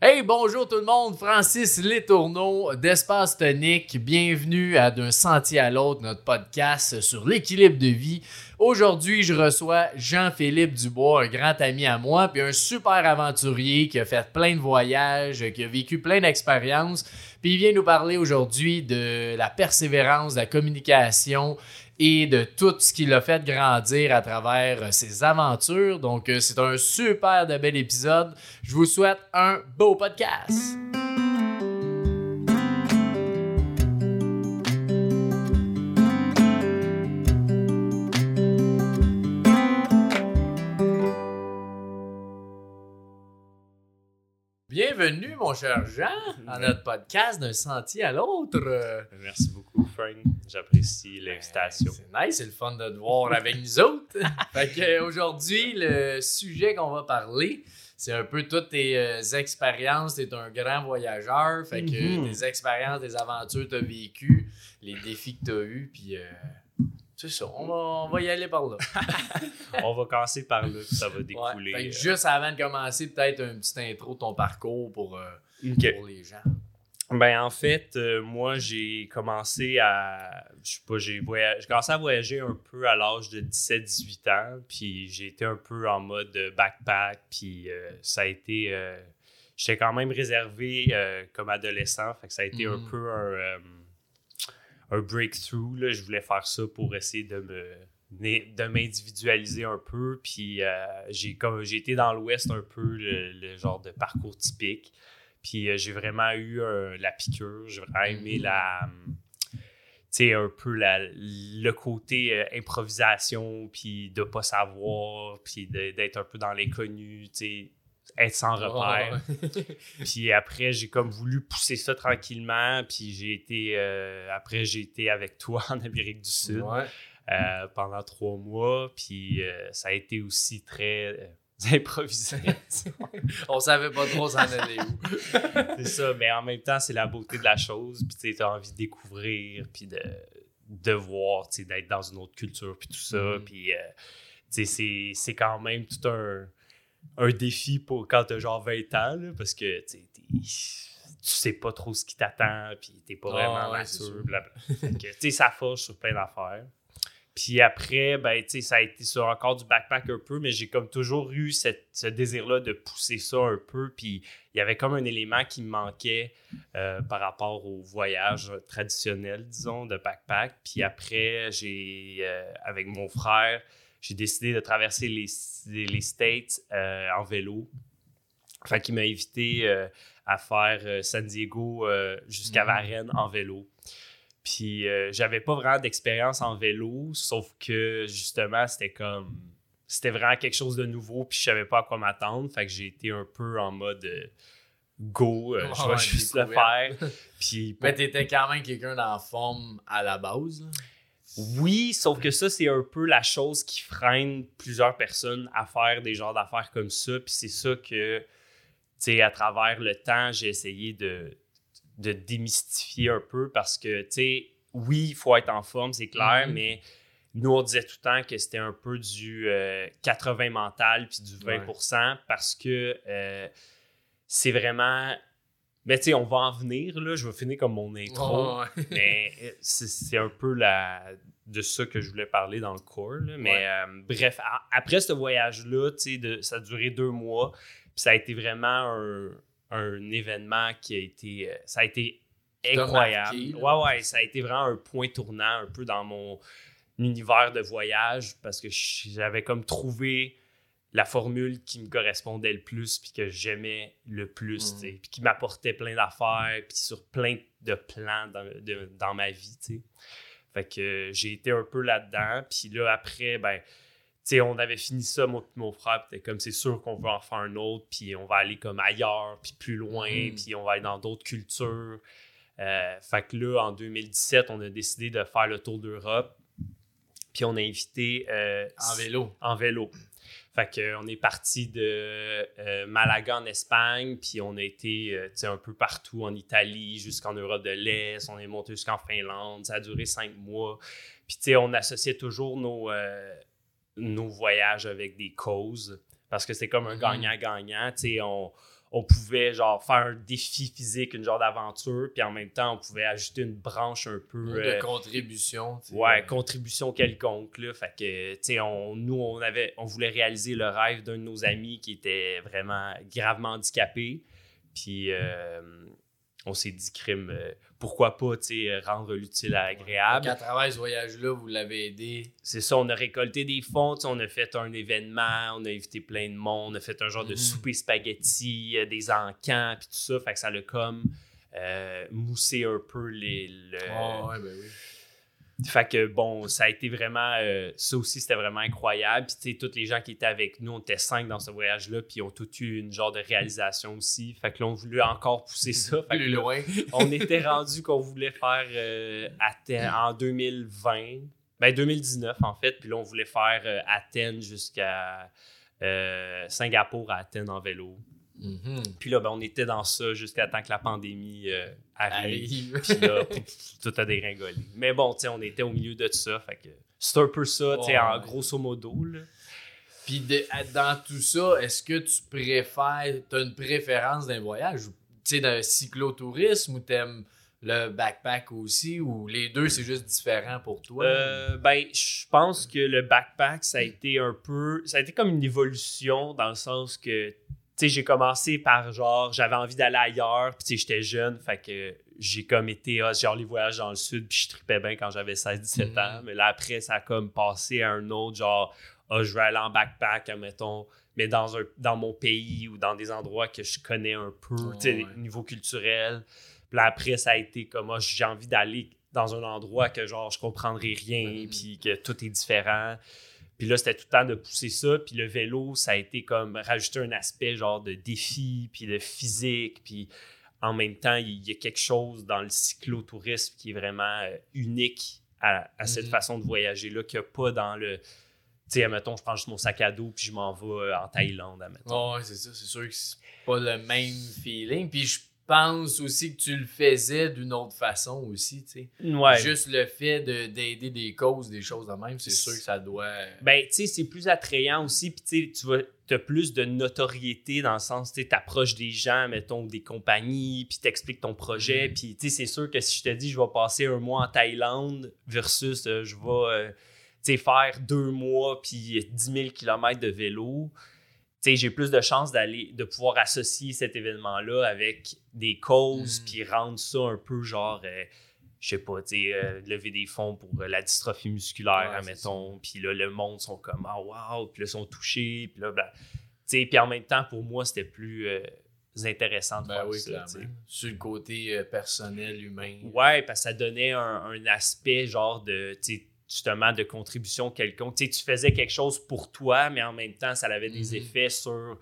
Hey, bonjour tout le monde, Francis Letourneau d'Espace Tonique. Bienvenue à D'un sentier à l'autre, notre podcast sur l'équilibre de vie. Aujourd'hui, je reçois Jean-Philippe Dubois, un grand ami à moi, puis un super aventurier qui a fait plein de voyages, qui a vécu plein d'expériences. Puis il vient nous parler aujourd'hui de la persévérance, de la communication et de tout ce qui l'a fait grandir à travers ses aventures. Donc, c'est un super de bel épisode. Je vous souhaite un beau podcast. Bienvenue, mon cher Jean, à notre podcast D'un sentier à l'autre. Merci beaucoup, Frank. J'apprécie l'invitation. C'est nice, c'est le fun de te voir avec nous autres. Fait qu'aujourd'hui, le sujet qu'on va parler, c'est un peu toutes tes expériences. Tu es un grand voyageur. Fait que tes expériences, tes aventures que tu as vécues, les défis que tu as eus, puis c'est ça, on va y aller par là. On va commencer par là, puis ça va découler. Ouais, fait que juste avant de commencer, peut-être une petite intro de ton parcours pour les gens. Ben en fait, moi j'ai commencé à j'ai commencé à voyager un peu à l'âge de 17-18 ans, puis j'ai été un peu en mode backpack, puis ça a été j'étais quand même réservé comme adolescent, fait que ça a été un peu un breakthrough là. Je voulais faire ça pour essayer de m'individualiser un peu, puis j'ai été dans l'Ouest un peu le genre de parcours typique. Puis j'ai vraiment eu la piqûre, j'ai vraiment aimé un peu le côté improvisation, puis de pas savoir, puis d'être un peu dans l'inconnu, être sans repère. Puis après, j'ai comme voulu pousser ça tranquillement, puis j'ai été avec toi en Amérique du Sud pendant 3 mois, puis ça a été aussi très... improvisé. On savait pas trop s'en aller où. C'est ça, mais en même temps, c'est la beauté de la chose. Puis tu as envie de découvrir, puis de voir, d'être dans une autre culture, puis tout ça. Puis c'est quand même tout un défi pour quand tu as genre 20 ans, là, parce que tu sais pas trop ce qui t'attend, puis t'es pas vraiment mature. Ça forge sur plein d'affaires. Puis après, ben, ça a été sur encore du backpack un peu, mais j'ai comme toujours eu ce désir-là de pousser ça un peu. Puis il y avait comme un élément qui me manquait par rapport au voyage traditionnel, disons, de backpack. Puis après, avec mon frère, j'ai décidé de traverser les States en vélo. Fait qu'il m'a invité à faire San Diego jusqu'à Varennes en vélo. Puis j'avais pas vraiment d'expérience en vélo, sauf que justement, c'était vraiment quelque chose de nouveau, puis je savais pas à quoi m'attendre. Fait que j'ai été un peu en mode go, je vais juste le faire. Puis, mais t'étais quand même quelqu'un en forme à la base, là. Oui, sauf que ça, c'est un peu la chose qui freine plusieurs personnes à faire des genres d'affaires comme ça. Puis c'est ça que, tu sais, à travers le temps, j'ai essayé de démystifier un peu parce que, tu sais, oui, il faut être en forme, c'est clair, mais nous, on disait tout le temps que c'était un peu du 80 mental puis du 20% parce que c'est vraiment... Mais tu sais, on va en venir, là, je vais finir comme mon intro, mais c'est un peu de ça que je voulais parler dans le cours, là. Mais bref, après ce voyage-là, tu sais, ça a duré 2 mois, puis ça a été vraiment un événement qui a été... ça a été incroyable. Marqué, ça a été vraiment un point tournant un peu dans mon univers de voyage parce que j'avais comme trouvé la formule qui me correspondait le plus puis que j'aimais le plus, puis qui m'apportait plein d'affaires puis sur plein de plans dans ma vie, tu sais. Fait que j'ai été un peu là-dedans. Puis là, après, ben... Tu sais, on avait fini ça, moi et mon frère, puis comme c'est sûr qu'on veut en faire un autre, puis on va aller comme ailleurs, puis plus loin, puis on va aller dans d'autres cultures. Fait que là, en 2017, on a décidé de faire le tour d'Europe, puis on a invité... En vélo. Fait qu'on est parti de Malaga en Espagne, puis on a été un peu partout en Italie, jusqu'en Europe de l'Est, on est monté jusqu'en Finlande, ça a duré 5 mois. Puis tu sais, on associait toujours nos voyages avec des causes parce que c'est comme un gagnant-gagnant. Tu sais, on pouvait genre faire un défi physique, une genre d'aventure, puis en même temps, on pouvait ajouter une branche un peu... de contribution. Ouais, contribution quelconque, là. Fait que, tu sais, on voulait réaliser le rêve d'un de nos amis qui était vraiment gravement handicapé. Puis on s'est dit, crime, pourquoi pas, tu sais, rendre l'utile à l'agréable. À travers ce voyage-là, vous l'avez aidé. C'est ça, on a récolté des fonds, on a fait un événement, on a invité plein de monde, on a fait un genre de souper spaghetti, des encans, puis tout ça. Fait que ça l'a comme moussé un peu ouais, ben oui. Fait que bon, ça a été vraiment... ça aussi, c'était vraiment incroyable. Puis tu sais, tous les gens qui étaient avec nous, on était 5 dans ce voyage-là, puis ils ont tous eu une genre de réalisation aussi. Fait que là, on voulait encore pousser ça. Fait plus que, loin. On était rendu qu'on voulait faire en 2020. Ben 2019, en fait. Puis là, on voulait faire Athènes jusqu'à Singapour à Athènes en vélo. Puis là, ben, on était dans ça jusqu'à temps que la pandémie arrive. Puis là, tout a dégringolé. Mais bon, tu sais, on était au milieu de tout ça. Fait que c'est un peu ça, tu sais, en grosso modo. Là. Puis dans tout ça, est-ce que tu préfères, t'as une préférence d'un voyage, tu sais, d'un cyclotourisme ou t'aimes le backpack aussi, ou les deux, c'est juste différent pour toi? Ben, je pense que le backpack, ça a été comme une évolution dans le sens que, tu sais, j'ai commencé par genre, j'avais envie d'aller ailleurs, puis tu sais, j'étais jeune, fait que j'ai comme été, genre les voyages dans le sud, puis je tripais bien quand j'avais 16-17 ans, mais là après, ça a comme passé à un autre, genre, je vais aller en backpack, admettons, mais dans mon pays ou dans des endroits que je connais un peu, tu sais, au niveau culturel. Puis là après, ça a été comme, j'ai envie d'aller dans un endroit que genre, je comprendrai rien, puis que tout est différent. Puis là, c'était tout le temps de pousser ça. Puis le vélo, ça a été comme rajouter un aspect genre de défi, puis de physique. Puis en même temps, il y a quelque chose dans le cyclotourisme qui est vraiment unique à cette façon de voyager-là, qu'il n'y a pas dans le... Tu sais, admettons, je prends juste mon sac à dos, puis je m'en vais en Thaïlande, admettons. Ouais, c'est ça. C'est sûr que c'est pas le même feeling. Puis je pense aussi que tu le faisais d'une autre façon aussi, tu sais. Ouais. Juste le fait d'aider des causes, des choses de même, c'est sûr que ça doit... Ben, tu sais, c'est plus attrayant aussi, puis tu sais, tu as plus de notoriété dans le sens, tu sais, t'approches des gens, mettons, des compagnies, puis t'expliques ton projet, puis tu sais, c'est sûr que si je te dis, je vais passer 1 mois en Thaïlande versus je vais, tu sais, faire 2 mois, puis 10 000 km de vélo... Tu sais, j'ai plus de chances de pouvoir associer cet événement-là avec des causes, puis rendre ça un peu genre, je sais pas, tu sais, lever des fonds pour la dystrophie musculaire, admettons. Puis là, le monde sont comme, wow, puis là, ils sont touchés, puis là, ben, tu sais, puis en même temps, pour moi, c'était plus intéressant de faire ça. Clairement. Sur le côté personnel, humain. Ouais, parce que ça donnait un aspect genre de, tu sais, justement de contribution quelconque. Tu sais, tu faisais quelque chose pour toi, mais en même temps, ça avait des effets sur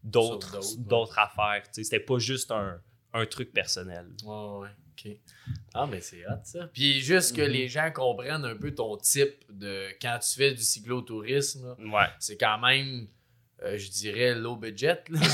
d'autres affaires. Tu sais, c'était pas juste un truc personnel. Ouais, OK. Ah, mais c'est hot, ça. Puis juste que les gens comprennent un peu ton type de... Quand tu fais du cyclotourisme, là, c'est quand même... je dirais low budget. Là.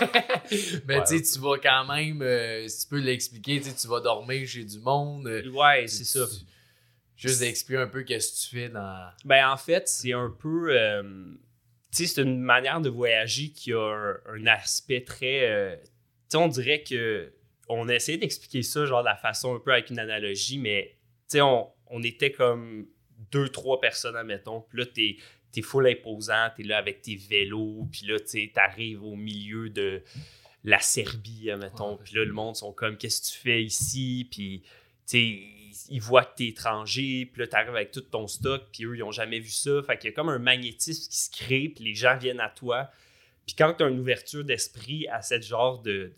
Mais tu sais, tu vas quand même, si tu peux l'expliquer, tu vas dormir chez du monde. Ouais, c'est ça. Juste d'expliquer un peu qu'est-ce que tu fais dans... Ben en fait, c'est un peu... tu sais, c'est une manière de voyager qui a un aspect très... tu sais, on dirait que... On a essayé d'expliquer ça, genre, de la façon un peu avec une analogie, mais tu sais, on était comme 2-3 personnes, admettons. Puis là, t'es full imposant, t'es là avec tes vélos, puis là, tu sais, t'arrives au milieu de la Serbie, admettons. Puis là, le monde sont comme, qu'est-ce que tu fais ici? Puis, tu sais, ils voient que t'es étranger, puis là, t'arrives avec tout ton stock, puis eux, ils ont jamais vu ça. Fait qu'il y a comme un magnétisme qui se crée, puis les gens viennent à toi. Puis quand t'as une ouverture d'esprit à cette genre de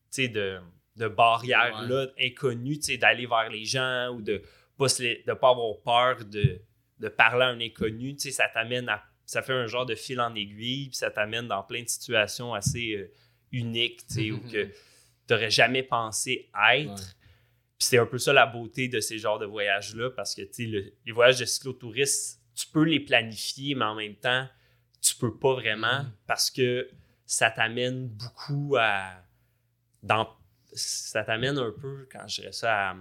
barrière-là inconnue, tu sais, d'aller vers les gens ou de pas avoir peur de parler à un inconnu, tu sais, ça fait un genre de fil en aiguille, puis ça t'amène dans plein de situations assez uniques, tu sais, où que t'aurais jamais pensé être. Puis c'est un peu ça la beauté de ces genres de voyages-là, parce que, tu sais, les voyages de cyclotouristes, tu peux les planifier, mais en même temps, tu peux pas vraiment, parce que ça t'amène beaucoup ça t'amène un peu, quand je dirais ça,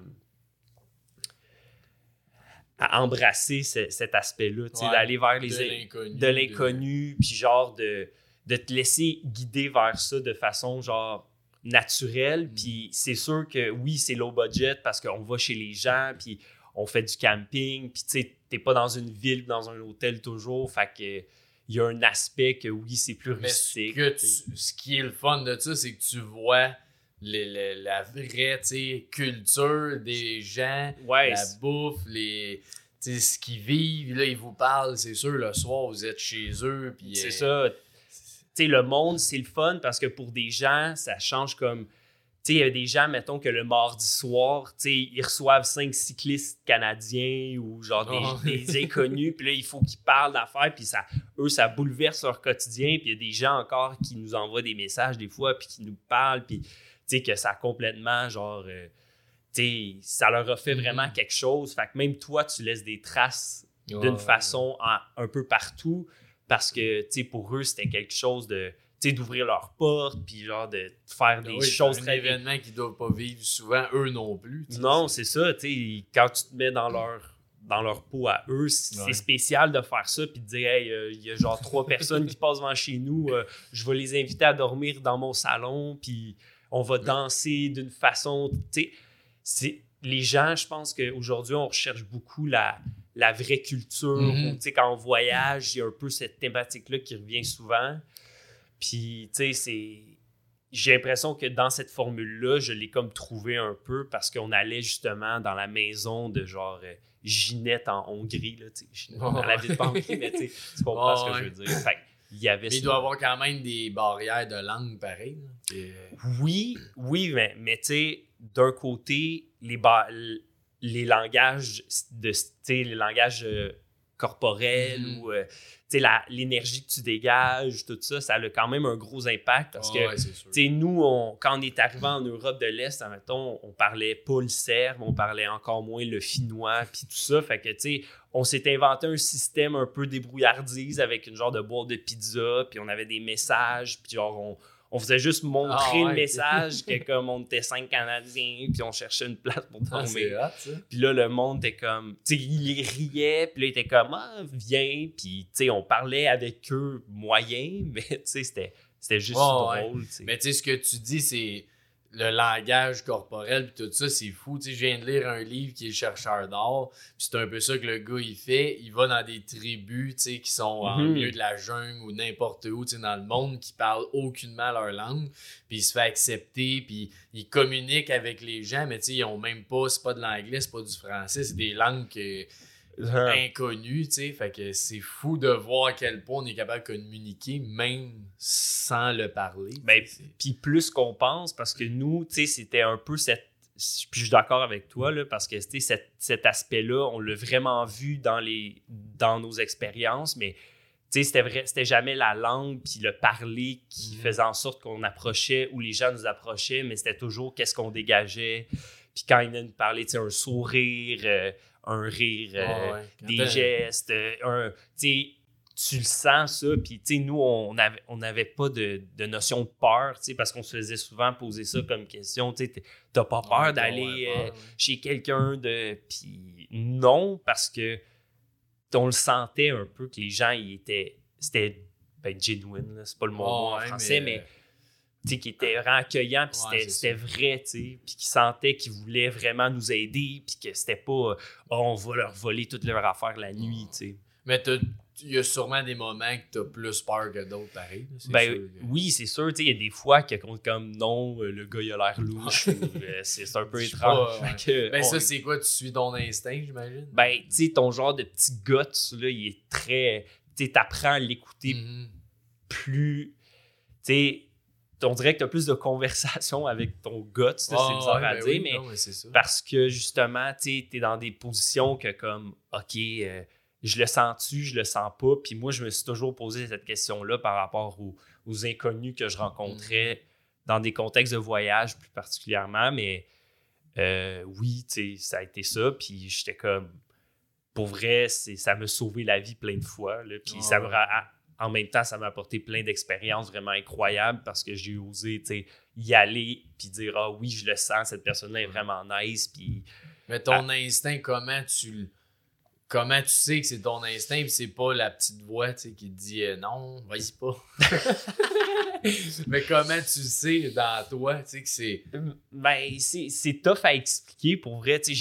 à embrasser cet aspect-là, tu sais, d'aller vers de l'inconnu, puis genre de te laisser guider vers ça de façon genre naturel. Puis c'est sûr que oui, c'est low budget parce qu'on va chez les gens, puis on fait du camping, puis tu sais, t'es pas dans une ville, dans un hôtel toujours, fait que il y a un aspect que oui, c'est plus rustique. Ce qui est le fun de ça, c'est que tu vois la vraie culture des gens, la bouffe, ce qu'ils vivent. Là, ils vous parlent, c'est sûr, le soir, vous êtes chez eux. Puis, c'est ça. Tu sais, le monde, c'est le fun parce que pour des gens, ça change comme... Tu sais, il y a des gens, mettons, que le mardi soir, tu sais, ils reçoivent 5 cyclistes canadiens ou genre des inconnus, puis là, il faut qu'ils parlent d'affaires, puis eux, ça bouleverse leur quotidien, puis il y a des gens encore qui nous envoient des messages des fois, puis qui nous parlent, puis tu sais, que ça a complètement, genre, tu sais, ça leur a fait vraiment quelque chose. Fait que même toi, tu laisses des traces d'une façon un peu partout, parce que, tu sais, pour eux, c'était quelque chose de... d'ouvrir leurs portes, puis genre de faire des choses très... C'est un événement qu'ils ne doivent pas vivre souvent, eux non plus. Non, c'est ça, tu sais, quand tu te mets dans leur peau à eux, c'est spécial de faire ça, puis de dire, hey, il y a genre 3 personnes qui passent devant chez nous, je vais les inviter à dormir dans mon salon, puis on va danser d'une façon, tu sais, les gens, je pense qu'aujourd'hui, on recherche beaucoup la vraie culture, tu sais, quand on voyage, il y a un peu cette thématique-là qui revient souvent. Puis, tu sais, j'ai l'impression que dans cette formule-là, je l'ai comme trouvé un peu parce qu'on allait justement dans la maison de genre Ginette en Hongrie, là, tu sais. Elle habite pas en Hongrie, mais tu comprends ce que je veux dire. Fait il y avait... Mais il doit y avoir quand même des barrières de langue pareilles. Oui, mais tu sais, d'un côté, les langages les langages corporels ou l'énergie que tu dégages, tout ça, ça a quand même un gros impact parce que nous, quand on est arrivé en Europe de l'Est, admettons, on parlait pas le serbe, on parlait encore moins le finnois, puis tout ça, fait que on s'est inventé un système un peu débrouillardise avec une genre de boîte de pizza, puis on avait des messages, puis genre on faisait juste montrer le message que comme on était 5 Canadiens, puis on cherchait une place pour dormir. Puis là, le monde était comme... Tu sais, il riait, puis là, il était comme « viens », puis tu sais, on parlait avec eux moyen, mais tu sais, c'était juste drôle. T'sais. Mais tu sais, ce que tu dis, c'est le langage corporel, puis tout ça, c'est fou. Tu sais, je viens de lire un livre qui est Chercheur d'or, puis c'est un peu ça que le gars, il fait. Il va dans des tribus, tu sais, qui sont en milieu de la jungle ou n'importe où, tu sais, dans le monde, qui parlent aucunement leur langue, puis il se fait accepter, puis il communique avec les gens, mais tu sais, ils ont même pas, c'est pas de l'anglais, c'est pas du français, c'est des langues inconnues, tu sais, fait que c'est fou de voir à quel point on est capable de communiquer, même sans le parler. Ben, puis plus qu'on pense, parce que nous, tu sais, c'était un peu cette... Puis je suis d'accord avec toi, là, parce que cet aspect-là, on l'a vraiment vu dans nos expériences, mais tu sais, c'était jamais la langue puis le parler qui faisait en sorte qu'on approchait ou les gens nous approchaient, mais c'était toujours qu'est-ce qu'on dégageait. Puis quand il nous parlait, tu sais, un sourire, un rire, des gestes, tu sais, tu le sens ça, puis tu sais, nous, on n'avait pas de notion de peur, tu sais, parce qu'on se faisait souvent poser ça comme question, tu sais, t'as pas peur d'aller chez quelqu'un de... Puis non, parce que on le sentait un peu que les gens, c'était genuine, là, c'est pas le mot en français, mais tu sais, qui était vraiment accueillant, puis c'était vrai, tu sais, puis qui sentait qu'ils voulaient vraiment nous aider, puis que c'était pas on va leur voler toutes leurs affaires la nuit, tu sais. Mais il y a sûrement des moments que t'as plus peur que d'autres, pareil. Oui, c'est sûr, tu sais, il y a des fois que comme non, le gars il a l'air louche, c'est un peu étrange. Ça, c'est quoi, tu suis ton instinct, j'imagine? Ben, tu sais, ton genre de petit guts, là, il est très... Tu sais, t'apprends à l'écouter plus... Tu sais, on dirait que tu as plus de conversation avec ton gut, c'est bizarre à dire, mais parce que justement, tu es dans des positions que comme, OK, je le sens-tu, je le sens pas, puis moi, je me suis toujours posé cette question-là par rapport aux inconnus que je rencontrais dans des contextes de voyage plus particulièrement, mais oui, tu sais, ça a été ça, puis j'étais comme, pour vrai, ça m'a sauvé la vie plein de fois, là, puis ça me... En même temps, ça m'a apporté plein d'expériences vraiment incroyables parce que j'ai osé y aller puis dire « Ah oui, je le sens, cette personne-là est vraiment nice. » Puis mais ton instinct, comment tu sais que c'est ton instinct et c'est pas la petite voix qui te dit « Non, vas-y pas. » Mais comment tu sais dans toi, tu sais que c'est... Ben, c'est tough à expliquer. Pour vrai, tu sais,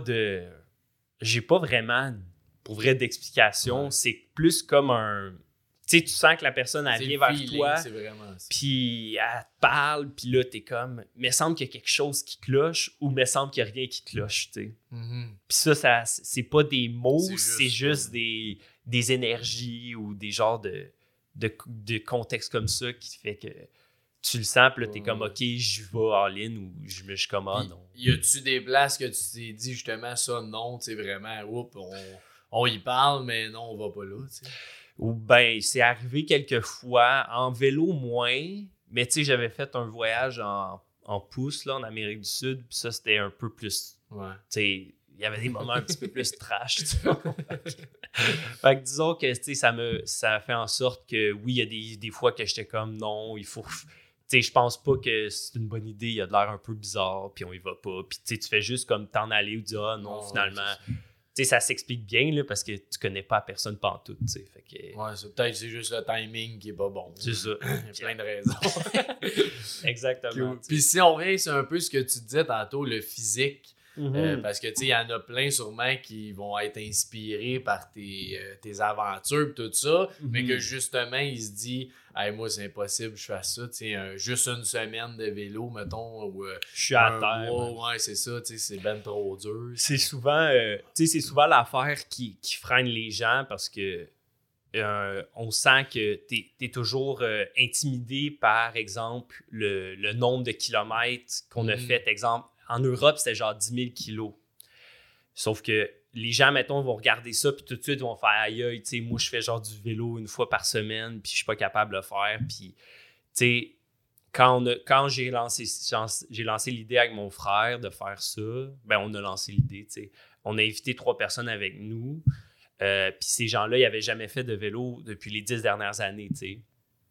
j'ai pas vraiment, pour vrai, d'explication. Ouais. C'est plus comme un... Tu sais, tu sens que la personne, elle C'est vient le vers feeling, toi, c'est vraiment ça. puis elle te parle, puis là, t'es comme... Me semble qu'il y a quelque chose qui cloche, ou me semble qu'il y a rien qui cloche, tu sais. Mhm. Puis ça, c'est pas des mots, C'est c'est juste juste des énergies ou des genres de contexte comme ça qui fait que tu le sens, puis là, t'es comme, Ouais. OK, je vais all-in, ou je suis comme, ah Puis, non. y a-tu des places que tu t'es dit justement ça, non, tu sais, vraiment, oups, on y parle, mais non, on va pas là, tu sais. Ou ben, c'est arrivé quelques fois, en vélo moins, mais tu sais, j'avais fait un voyage en pouce, là, en Amérique du Sud, puis ça, c'était un peu plus, Ouais. tu sais, il y avait des moments un petit peu plus trash, tu sais. Fait que disons que, tu sais, ça a fait en sorte que, oui, il y a des fois que j'étais comme, non, il faut... Tu sais, je pense pas que c'est une bonne idée, il a de l'air un peu bizarre, puis on y va pas. Puis tu sais, tu fais juste comme t'en aller ou dire, ah non, Ouais, finalement... c'est Tu sais, ça s'explique bien, là, parce que tu connais pas la personne pantoute, tu sais. Fait que... Ouais, peut-être c'est juste le timing qui est pas bon. C'est ça. Il y a plein de raisons. Exactement. tu sais. Puis si on revient sur un peu ce que tu disais tantôt, le physique, Mhm. parce que tu sais, il y en a plein sûrement qui vont être inspirés par tes aventures et tout ça, mais que justement, ils se disent hey, moi, c'est impossible, je fasse ça, tu sais, juste une semaine de vélo, mettons, ou Je suis à un terre. mois, man. ouais, c'est ça, tu sais, c'est ben trop dur. C'est souvent, tu sais, c'est souvent l'affaire qui freine les gens parce que on sent que t'es toujours intimidé par, exemple, le nombre de kilomètres qu'on a fait. Exemple, en Europe, c'était genre 10 000 kilos. Sauf que les gens, mettons, vont regarder ça, puis tout de suite, vont faire aïe, aïe, tu sais, moi, je fais genre du vélo une fois par semaine, puis je suis pas capable de le faire. Puis, tu sais, quand j'ai lancé l'idée avec mon frère de faire ça, ben, on a lancé l'idée, tu sais. On a invité 3 personnes avec nous. Puis ces gens-là, ils n'avaient jamais fait de vélo depuis les 10 dernières années, tu sais.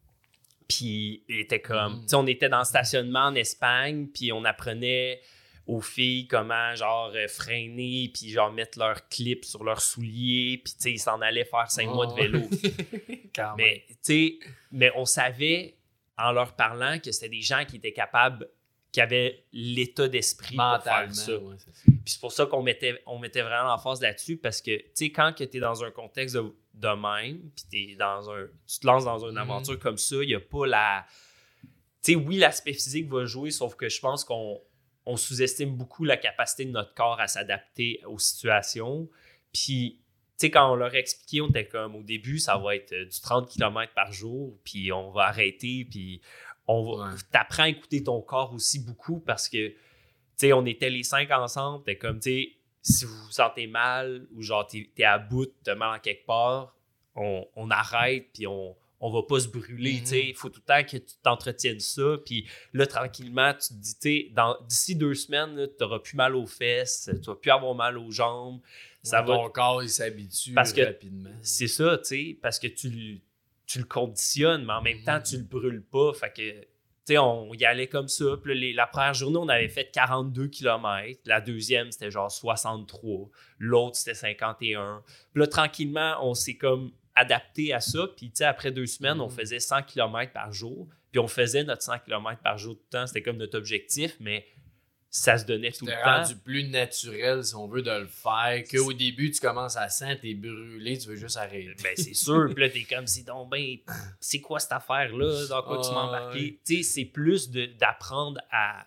Puis ils étaient comme... Tu sais, on était dans le stationnement en Espagne, puis on apprenait aux filles comment, genre, freiner, puis genre, mettre leurs clips sur leurs souliers, puis tu sais, ils s'en allaient faire 5 mois de vélo. Quand même. Mais, tu sais, mais on savait, en leur parlant, que c'était des gens qui étaient capables, qui avaient l'état d'esprit pour faire ça. ouais, c'est ça. Puis c'est pour ça qu'on mettait vraiment l'emphase là-dessus, parce que, tu sais, quand tu es dans un contexte de même, puis tu te lances dans une aventure comme ça, il n'y a pas la... Tu sais, oui, l'aspect physique va jouer, sauf que je pense qu'on sous-estime beaucoup la capacité de notre corps à s'adapter aux situations. Puis, tu sais, quand on leur expliquait, on était comme, au début, ça va être du 30 km par jour, puis on va arrêter, puis t'apprends à écouter ton corps aussi beaucoup, parce que, tu sais, on était les 5 ensemble, t'es comme, tu sais, si vous vous sentez mal, ou genre t'es à bout, t'as mal en quelque part, on arrête, puis on va pas se brûler, tu sais. Il faut tout le temps que tu t'entretiennes ça, puis là, tranquillement, tu te dis, tu sais, d'ici 2 semaines, tu n'auras plus mal aux fesses, tu vas plus avoir mal aux jambes. Ton corps, il s'habitue rapidement. C'est ça, tu sais, parce que tu le conditionnes, mais en même temps, tu le brûles pas. Fait que, tu sais, on y allait comme ça. Puis la première journée, on avait fait 42 km. La deuxième, c'était genre 63. L'autre, c'était 51. Puis là, tranquillement, on s'est comme adapté à ça. Puis, tu sais, après 2 semaines, on faisait 100 km par jour. Puis on faisait notre 100 km par jour tout le temps. C'était comme notre objectif, mais ça se donnait tout le C'était temps. rendu plus naturel, si on veut, de le faire. Qu'au début, tu commences à sentir, t'es brûlé, tu veux juste arrêter. Ben, c'est sûr. Puis là, t'es comme, c'est quoi cette affaire-là? Dans quoi tu m'as embarqué? Tu sais, c'est plus d'apprendre à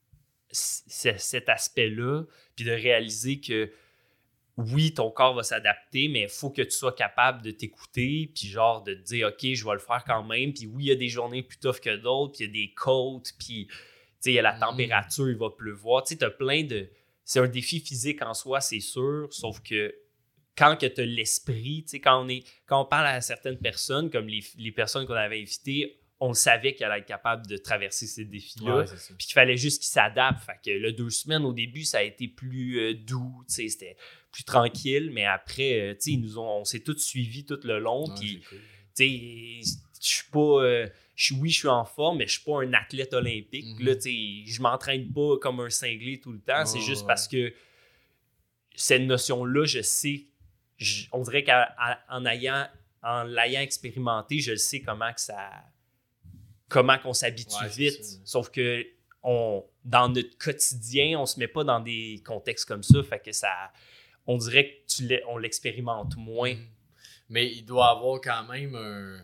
cet aspect-là, puis de réaliser que oui, ton corps va s'adapter, mais il faut que tu sois capable de t'écouter, puis genre de te dire, OK, je vais le faire quand même. Puis oui, il y a des journées plus tough que d'autres, puis il y a des côtes, puis tu sais, il y a la température, il va pleuvoir. Tu sais, t'as plein de... C'est un défi physique en soi, c'est sûr, sauf que quand tu as l'esprit, tu sais, quand on parle à certaines personnes, comme les personnes qu'on avait invitées, on savait qu'elle allait être capable de traverser ces défis-là, puis qu'il fallait juste qu'ils s'adaptent. Fait que le 2 semaines, au début, ça a été plus doux, tu sais, c'était plus tranquille, mais après, tu sais, on s'est tous suivis tout le long, puis, Cool. tu sais, je suis pas... oui, je suis en forme, mais je suis pas un athlète olympique. Là, tu sais, je m'entraîne pas comme un cinglé tout le temps. C'est juste parce que cette notion-là, je sais... on dirait qu'en l'ayant expérimenté, je sais comment que ça comment qu'on s'habitue Ouais, vite. ça. Sauf que dans notre quotidien, on se met pas dans des contextes comme ça. Fait que on dirait que on l'expérimente moins. Mais il doit avoir quand même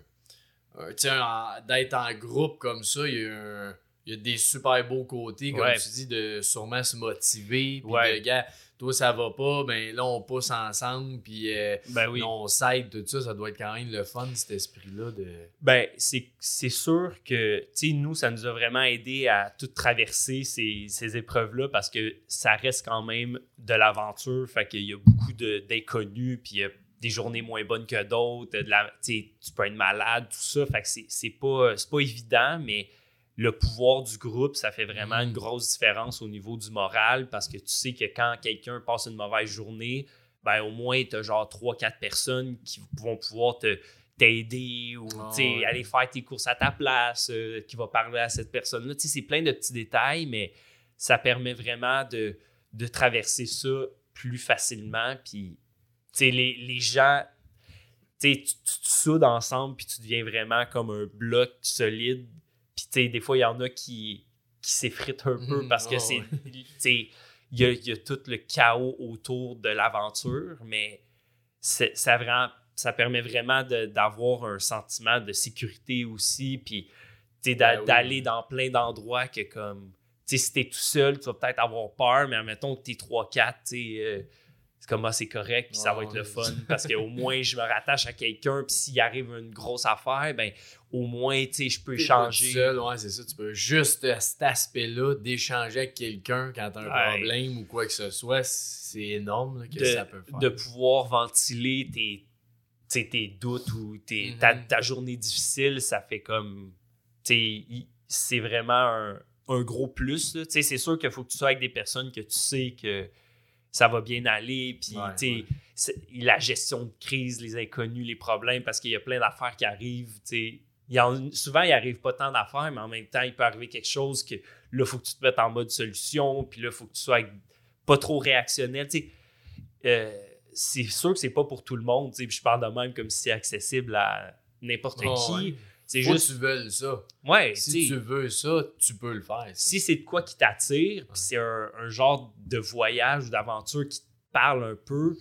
tu sais, d'être en groupe comme ça, il y a des super beaux côtés, comme tu dis, de sûrement se motiver. Puis de gars, toi ça va pas, ben là on pousse ensemble, puis là, on s'aide, tout ça. Ça doit être quand même le fun, cet esprit-là. Ben, c'est sûr que, tu sais, nous, ça nous a vraiment aidé à tout traverser ces épreuves-là parce que ça reste quand même de l'aventure. Fait qu'il y a beaucoup d'inconnus, puis il y a des journées moins bonnes que d'autres. Tu peux être malade, tout ça. Fait que c'est pas évident, mais le pouvoir du groupe, ça fait vraiment une grosse différence au niveau du moral parce que tu sais que quand quelqu'un passe une mauvaise journée, ben au moins, tu as genre 3-4 personnes qui vont pouvoir t'aider ou aller faire tes courses à ta place, qui va parler à cette personne-là. Tu sais, c'est plein de petits détails, mais ça permet vraiment de traverser ça plus facilement. Puis, tu sais, les gens, tu te soudes ensemble puis tu deviens vraiment comme un bloc solide. Puis, tu sais, des fois, il y en a qui s'effritent un peu parce que il y a tout le chaos autour de l'aventure, mais ça permet vraiment d'avoir un sentiment de sécurité aussi, puis d'aller dans plein d'endroits que comme, tu sais, si t'es tout seul, tu vas peut-être avoir peur, mais admettons que t'es 3-4, c'est comme, c'est correct, puis ça va être le fun, parce qu'au moins, je me rattache à quelqu'un, puis s'il arrive une grosse affaire, ben au moins, tu sais, je peux échanger. Tout seul, c'est ça, tu peux juste cet aspect-là d'échanger avec quelqu'un quand t'as un problème ou quoi que ce soit, c'est énorme là, que ça peut faire. De pouvoir ventiler tes doutes ou ta journée difficile, ça fait comme, c'est vraiment un gros plus. C'est sûr qu'il faut que tu sois avec des personnes que tu sais que ça va bien aller, puis la gestion de crise, les inconnus, les problèmes, parce qu'il y a plein d'affaires qui arrivent, souvent, il n'arrive pas tant d'affaires, mais en même temps, il peut arriver quelque chose que là, il faut que tu te mettes en mode solution, puis là, il faut que tu sois pas trop réactionnel. C'est sûr que c'est pas pour tout le monde, puis je parle de même comme si c'est accessible à n'importe qui. C'est faut juste que tu veuilles ça. Ouais, si tu veux ça, tu peux le faire. Si c'est de quoi qui t'attire, puis c'est un genre de voyage ou d'aventure qui te parle un peu,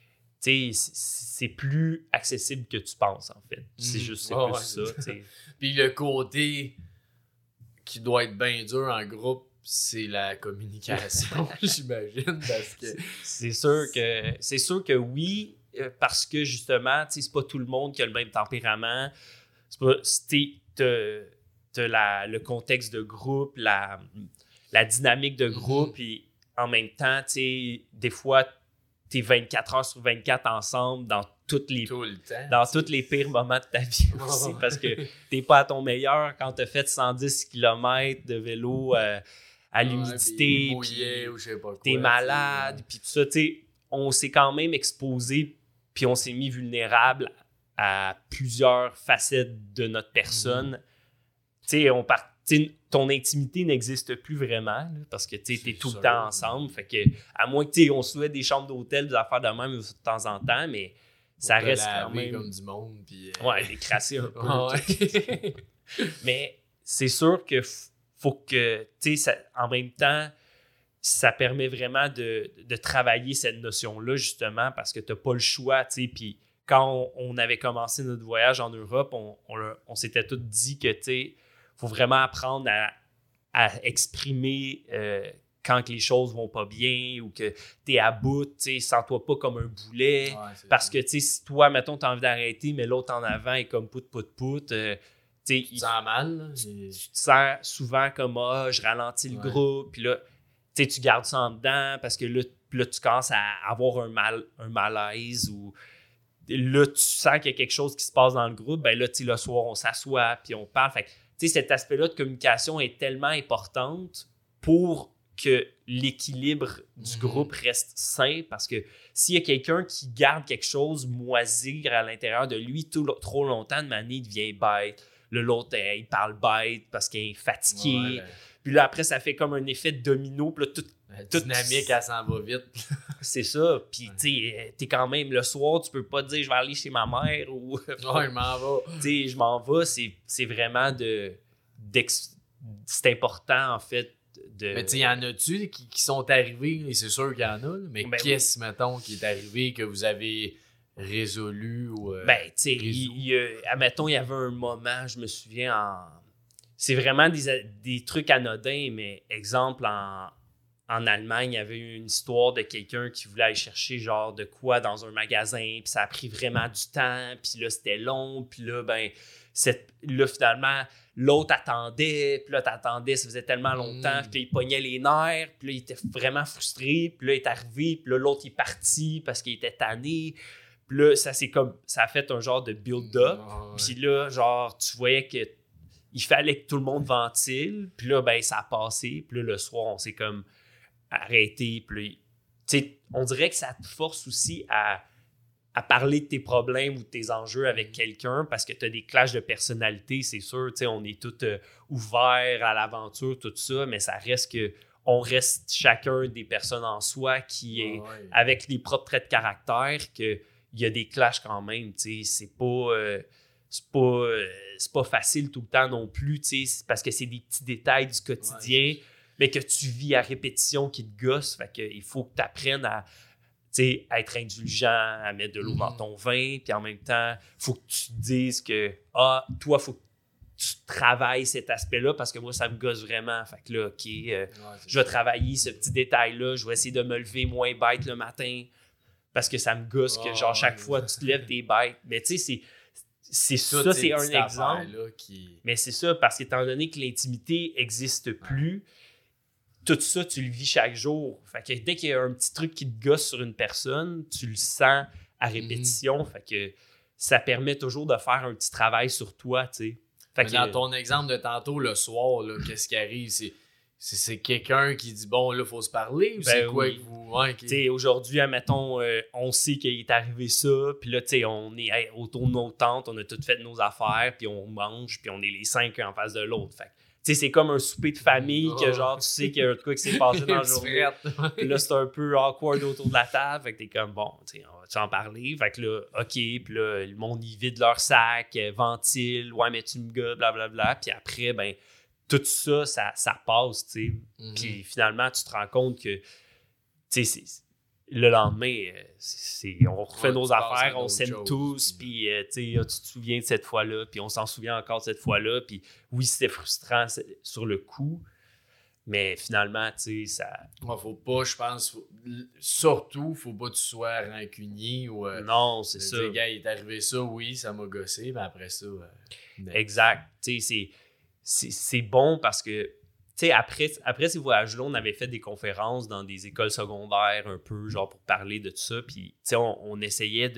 c'est plus accessible que tu penses, en fait. C'est juste plus ça. Puis le côté qui doit être bien dur en groupe, c'est la communication, j'imagine. Parce que c'est sûr que oui, parce que justement, c'est pas tout le monde qui a le même tempérament. T'as le contexte de groupe, la dynamique de groupe, et en même temps, des fois, t'es 24 heures sur 24 ensemble dans toutes les pires moments de ta vie aussi, parce que t'es pas à ton meilleur quand t'as fait 110 km de vélo à l'humidité, t'es malade, puis tout ça, on s'est quand même exposé, puis on s'est mis vulnérable à plusieurs facettes de notre personne. Ton intimité n'existe plus vraiment, là, parce que tu es tout le temps ensemble. Fait que, à moins que on se souhaite des chambres d'hôtel, des affaires de même de temps en temps, mais ça reste quand même comme du monde. Puis, décrasser un peu. Mais c'est sûr que faut que, en même temps, ça permet vraiment de travailler cette notion-là, justement, parce que tu n'as pas le choix, puis quand on avait commencé notre voyage en Europe, on s'était tous dit que, faut vraiment apprendre à exprimer quand que les choses vont pas bien ou que t'es à bout, sens-toi pas comme un boulet. Parce que, si toi, mettons, t'as envie d'arrêter, mais l'autre en avant est comme pout. tu te sens mal. Tu te sens souvent comme, je ralentis le groupe, puis là, tu gardes ça en dedans parce que là, tu commences à avoir un malaise ou là, tu sens qu'il y a quelque chose qui se passe dans le groupe, ben là, le soir, on s'assoit puis on parle. Fait que, cet aspect-là de communication est tellement importante pour que l'équilibre du groupe reste sain, parce que s'il y a quelqu'un qui garde quelque chose moisir à l'intérieur de lui trop longtemps, de manière, il devient bête. L'autre, il parle bête parce qu'il est fatigué. Puis là, après, ça fait comme un effet de domino. Puis là, toute dynamique, elle s'en va vite. C'est ça. Puis, t'es quand même le soir, tu peux pas te dire je vais aller chez ma mère ou. Je m'en vais. Je m'en vais. C'est vraiment c'est important, en fait, de... Mais tu sais, il y en a-tu qui sont arrivés, et c'est sûr qu'il y en a, là, mais Ben qu'est-ce, mettons, qui est arrivé que vous avez résolu ou... Ben, tu sais, admettons, il y avait un moment, je me souviens, c'est vraiment des trucs anodins, mais exemple, en Allemagne, il y avait eu une histoire de quelqu'un qui voulait aller chercher genre de quoi dans un magasin, puis ça a pris vraiment du temps, puis là, c'était long, puis là, ben, là, finalement, l'autre attendait, puis là, t'attendais, ça faisait tellement longtemps, puis là, il pognait les nerfs, puis là, il était vraiment frustré, puis là, il est arrivé, puis là, l'autre, il est parti parce qu'il était tanné, puis là, ça a fait un genre de build-up, puis là, genre, tu voyais que il fallait que tout le monde ventile, puis là, ben, ça a passé, puis là, le soir, on s'est comme arrêté, puis tu sais, on dirait que ça te force aussi à parler de tes problèmes ou de tes enjeux avec quelqu'un parce que tu as des clashs de personnalité, c'est sûr, tu sais, on est tous ouverts à l'aventure, tout ça, mais ça reste que on reste chacun des personnes en soi qui est avec les propres traits de caractère, qu'il y a des clashs quand même, tu sais, c'est pas facile tout le temps non plus, tu sais, parce que c'est des petits détails du quotidien, mais que tu vis à répétition qui te gossent, fait qu'il faut que tu apprennes à être indulgent, à mettre de l'eau dans ton vin, puis en même temps, il faut que tu te dises que, toi, il faut que tu travailles cet aspect-là parce que moi, ça me gosse vraiment. Fait que là, OK, je vais travailler ce petit détail-là, je vais essayer de me lever moins bête le matin parce que ça me gosse que, genre, chaque fois, tu te lèves, t'es bête. Mais tu sais, ça, c'est un exemple. Mais c'est ça, parce qu'étant donné que l'intimité n'existe plus, tout ça, tu le vis chaque jour. Fait que dès qu'il y a un petit truc qui te gosse sur une personne, tu le sens à répétition. Fait que ça permet toujours de faire un petit travail sur toi, tu sais. Dans ton exemple de tantôt, le soir, là, qu'est-ce qui arrive? C'est quelqu'un qui dit, bon, là, il faut se parler? Ou c'est quoi que vous... Ouais, okay. Tu sais, aujourd'hui, admettons, on sait qu'il est arrivé ça, puis là, tu sais, on est autour de nos tentes, on a toutes fait nos affaires, puis on mange, puis on est les 5 en face de l'autre. Fait tu sais, c'est comme un souper de famille que genre, tu sais qu'il y a un truc qui s'est passé dans la journée. Puis là, c'est un peu awkward autour de la table. Fait que t'es comme, bon, tu sais, on va-tu en parler? Fait que là, OK. Puis là, le monde, ils vident leur sac, ventile. Ouais, mais tu me gars, blablabla. Puis après, ben, tout ça, ça passe, tu sais. Puis finalement, tu te rends compte que, tu sais, le lendemain, on refait nos affaires, on s'aime tous, puis tu te souviens de cette fois-là, puis on s'en souvient encore de cette fois-là, puis oui, c'était frustrant sur le coup, mais finalement, tu sais, ça... faut pas, je pense, surtout, faut pas que tu sois rancunier ou... non, c'est ça. Dire, gars, il est arrivé ça, oui, ça m'a gossé, mais après ça... exact, tu sais, c'est bon parce que tu sais, après ces voyages-là, on avait fait des conférences dans des écoles secondaires un peu, genre pour parler de tout ça. Puis, tu sais, on essayait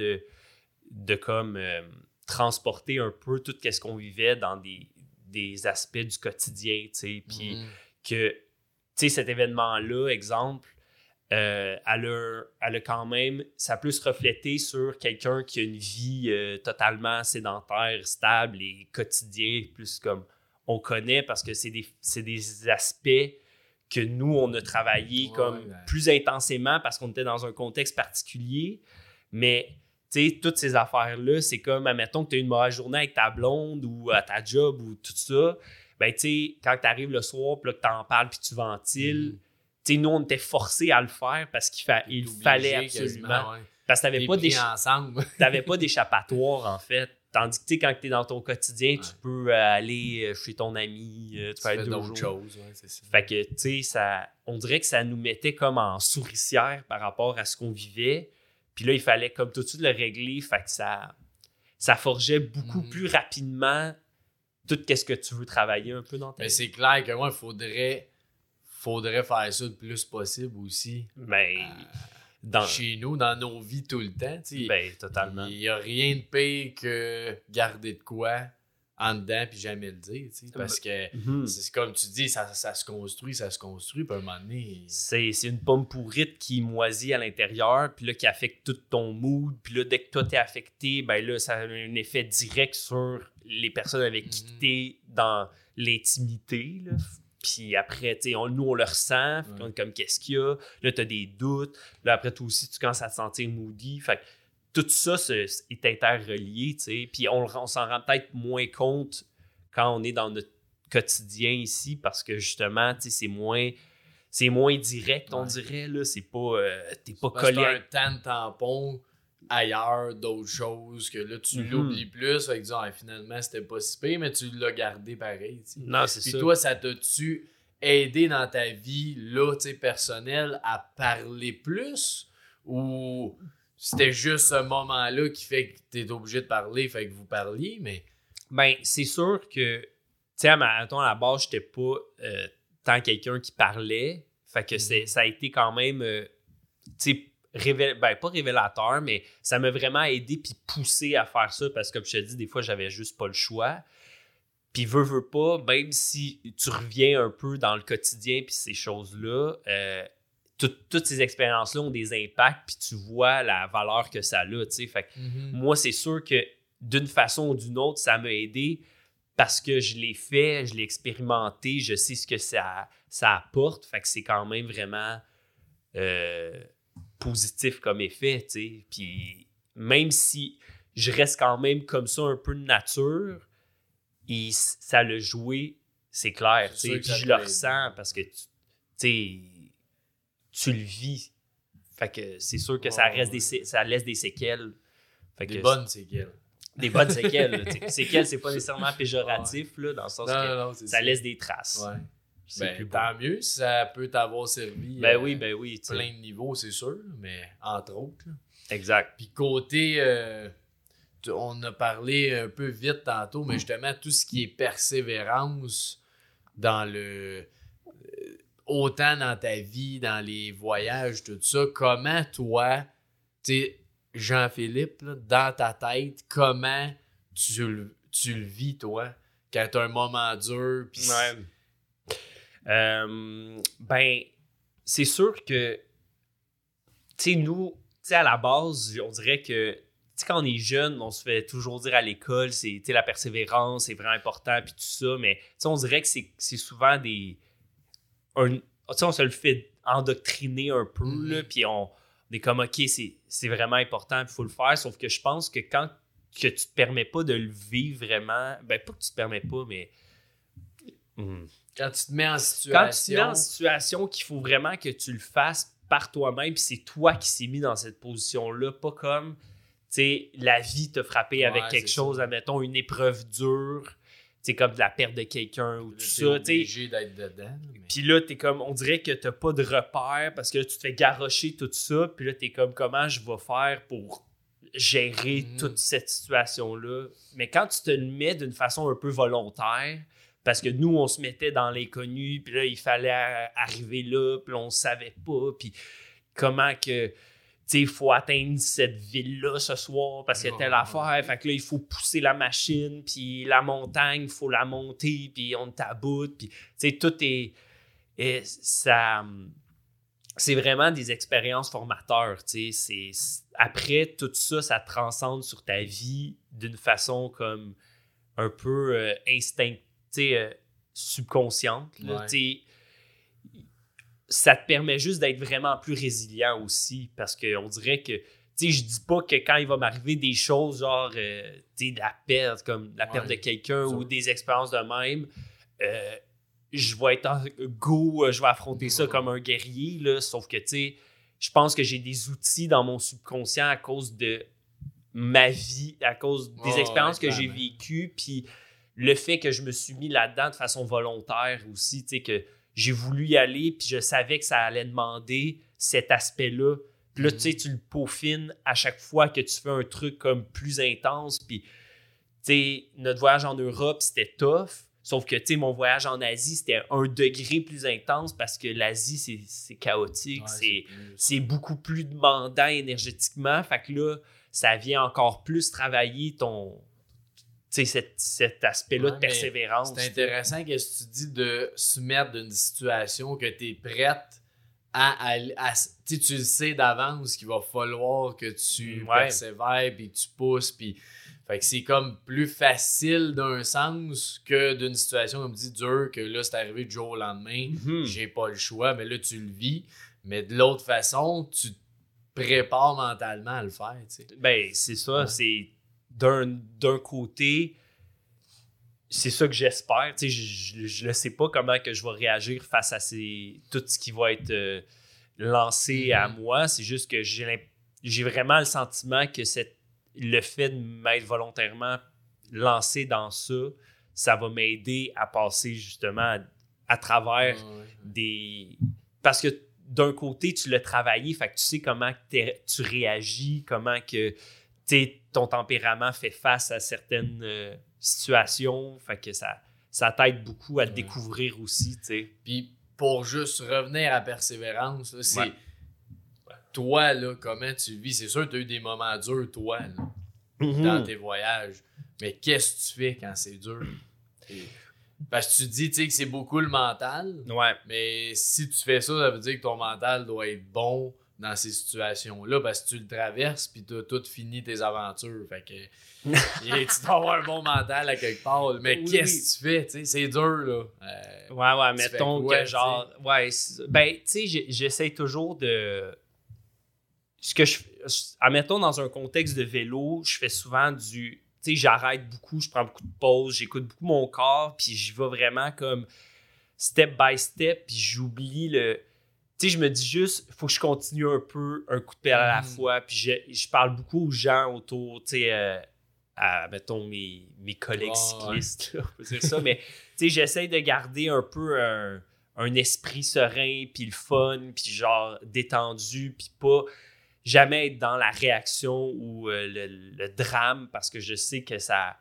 de comme transporter un peu tout ce qu'on vivait dans des aspects du quotidien, tu sais. Puis que, tu sais, cet événement-là, exemple, elle a quand même, ça peut se refléter sur quelqu'un qui a une vie totalement sédentaire, stable et quotidien, plus comme... on connaît parce que c'est des aspects que nous, on a travaillé plus intensément parce qu'on était dans un contexte particulier. Mais, tu sais, toutes ces affaires-là, c'est comme, admettons que tu as une mauvaise journée avec ta blonde ou à ta job ou tout ça. Ben, tu sais, quand tu arrives le soir, puis là, que tu en parles puis tu ventiles, tu sais, nous, on était forcés à le faire parce qu'il fallait absolument. Parce que tu n'avais pas d'échappatoire, en fait. Tandis que, tu sais, quand tu es dans ton quotidien, tu peux aller chez ton ami, tu peux aller d'autres choses. C'est ça. Fait que, tu sais, on dirait que ça nous mettait comme en souricière par rapport à ce qu'on vivait. Puis là, il fallait comme tout de suite le régler. Fait que ça forgeait beaucoup plus rapidement tout ce que tu veux travailler un peu dans ta vie. Mais c'est clair que moi, il faudrait faire ça le plus possible aussi. Mais... chez nous, dans nos vies tout le temps. Ben, totalement. Il n'y a rien de pire que garder de quoi en dedans puis jamais le dire. Parce que c'est comme tu dis, ça se construit, puis à un moment donné... C'est une pomme pourrite qui moisit à l'intérieur, puis là, qui affecte tout ton mood. Puis là, dès que toi, t'es affecté, ben là, ça a un effet direct sur les personnes avec qui t'es dans l'intimité, là. Puis après, tu sais, nous, on le ressent. On est comme, qu'est-ce qu'il y a? Là, tu as des doutes. Là, après, toi aussi, tu commences à te sentir moody. Fait que tout ça est interrelié, tu sais. Puis on s'en rend peut-être moins compte quand on est dans notre quotidien ici parce que justement, tu sais, c'est moins direct, on dirait, là. C'est pas... t'es pas collé... C'est un temps de tampon ailleurs, d'autres choses, que là, tu l'oublies plus. Fait que disons, finalement, c'était pas si pire, mais tu l'as gardé pareil, t'sais. Non, c'est Puis ça. toi, ça t'a-tu aidé dans ta vie, là, tu sais, personnelle, à parler plus? Ou c'était juste ce moment-là qui fait que t'es obligé de parler, fait que vous parliez, mais... Ben, c'est sûr que, tu sais, à la base, j'étais pas tant quelqu'un qui parlait. Fait que ça a été quand même, tu sais, pas révélateur, mais ça m'a vraiment aidé puis poussé à faire ça parce que, comme je te dis, des fois, j'avais juste pas le choix. Puis veux pas, même si tu reviens un peu dans le quotidien puis ces choses-là, toutes ces expériences-là ont des impacts puis tu vois la valeur que ça a, tu sais. Fait que moi, c'est sûr que d'une façon ou d'une autre, ça m'a aidé parce que je l'ai fait, je l'ai expérimenté, je sais ce que ça apporte. Fait que c'est quand même vraiment positif comme effet, tu sais. Puis même si je reste quand même comme ça un peu de nature, et ça l'a joué, c'est clair, tu sais. Puis je le ressens parce que, tu sais, tu le vis. Fait que c'est sûr que ça laisse des séquelles. Fait que bonnes séquelles. Des bonnes séquelles. Séquelles, c'est pas nécessairement péjoratif, là, dans le sens que ça laisse des traces. Ouais. Ben, tant mieux si ça peut t'avoir servi. Ben oui. Plein de niveaux, c'est sûr, mais entre autres. Là. Exact. Puis côté, on a parlé un peu vite tantôt, mais justement, tout ce qui est persévérance dans le... autant dans ta vie, dans les voyages, tout ça, comment toi, tu sais, Jean-Philippe, là, dans ta tête, comment tu le vis, toi, quand t'as un moment dur? Pis ben, c'est sûr que, tu sais, nous, tu sais, à la base, on dirait que, tu sais, quand on est jeune, on se fait toujours dire à l'école, c'est, tu sais, la persévérance, c'est vraiment important, puis tout ça, mais, tu sais, on dirait que c'est souvent tu sais, on se le fait endoctriner un peu, là, puis on est comme, OK, c'est vraiment important, il faut le faire, sauf que je pense que quand que tu te permets pas de le vivre vraiment, ben, pas que tu te permets pas, mais... Quand tu te mets en situation qu'il faut vraiment que tu le fasses par toi-même, puis c'est toi qui s'es mis dans cette position-là, pas comme, tu sais, la vie t'a frappé avec quelque chose, admettons, une épreuve dure, tu sais, comme de la perte de quelqu'un ou tout ça, tu sais. obligé d'être dedans. Mais... Puis là, t'es comme, on dirait que t'as pas de repère parce que là, tu te fais garrocher tout ça, puis là, t'es comme, comment je vais faire pour gérer toute cette situation-là? Mais quand tu te le mets d'une façon un peu volontaire, parce que nous, on se mettait dans l'inconnu, puis là, il fallait arriver là, puis on savait pas, puis comment que, tu sais, il faut atteindre cette ville-là ce soir parce qu'il y a telle affaire, fait que là, il faut pousser la machine, puis la montagne, il faut la monter, puis on t'aboute, puis, tu sais, tout ça... C'est vraiment des expériences formateurs, tu sais, après, tout ça, ça transcende sur ta vie d'une façon comme un peu subconsciente. Là, ça te permet juste d'être vraiment plus résilient aussi parce qu'on dirait que je dis pas que quand il va m'arriver des choses genre de la perte, comme la perte de quelqu'un ou des expériences de même, je vais être je vais affronter ça comme un guerrier, là, sauf que je pense que j'ai des outils dans mon subconscient à cause de ma vie, à cause des expériences que j'ai vécues, puis le fait que je me suis mis là-dedans de façon volontaire aussi, tu sais, que j'ai voulu y aller, puis je savais que ça allait demander cet aspect-là. Puis là, tu sais, tu le peaufines à chaque fois que tu fais un truc comme plus intense, puis, tu sais, notre voyage en Europe, c'était tough, sauf que, tu sais, mon voyage en Asie, c'était 1 degré plus intense parce que l'Asie, c'est chaotique, c'est beaucoup plus demandant énergétiquement, fait que là, ça vient encore plus travailler cet aspect-là de persévérance. C'est intéressant ce que tu dis de se mettre dans une situation que tu es prête à tu le sais d'avance qu'il va falloir que tu persévères puis tu pousses puis fait que c'est comme plus facile d'un sens que d'une situation comme tu dis dure que là c'est arrivé du jour au lendemain, j'ai pas le choix, mais là tu le vis, mais de l'autre façon tu te prépares mentalement à le faire, tu sais. Ben c'est ça, c'est d'un côté, c'est ça que j'espère. Tu sais, je ne sais pas comment que je vais réagir face à tout ce qui va être lancé à moi. C'est juste que j'ai vraiment le sentiment que le fait de m'être volontairement lancé dans ça va m'aider à passer justement à travers des... Parce que d'un côté, tu l'as travaillé, fait que tu sais comment tu réagis, comment que ton tempérament fait face à certaines situations, fait que ça t'aide beaucoup à te découvrir aussi, tu sais. Puis pour juste revenir à persévérance, là, c'est toi, là, comment tu vis? C'est sûr que tu as eu des moments durs, toi, là, dans tes voyages, mais qu'est-ce que tu fais quand c'est dur? Parce que tu dis que c'est beaucoup le mental, mais si tu fais ça, ça veut dire que ton mental doit être bon dans ces situations-là parce que tu le traverses puis tu as tout fini tes aventures. Fait que tu dois avoir un bon mental à quelque part. Mais qu'est-ce que tu fais? T'sais, c'est dur, là. Mettons que genre... Ben, tu sais, j'essaie toujours de... Admettons, dans un contexte de vélo, je fais souvent du... Tu sais, j'arrête beaucoup, je prends beaucoup de pauses, j'écoute beaucoup mon corps, puis j'y vais vraiment comme step by step, puis j'oublie le... Tu sais, je me dis juste, il faut que je continue un peu, un coup de pédale à la fois, puis je parle beaucoup aux gens autour, tu sais, à, mettons, mes collègues cyclistes, là, on peut dire ça, mais tu sais, j'essaie de garder un peu un esprit serein, puis le fun, puis genre détendu, puis pas... jamais être dans la réaction ou le drame parce que je sais que ça...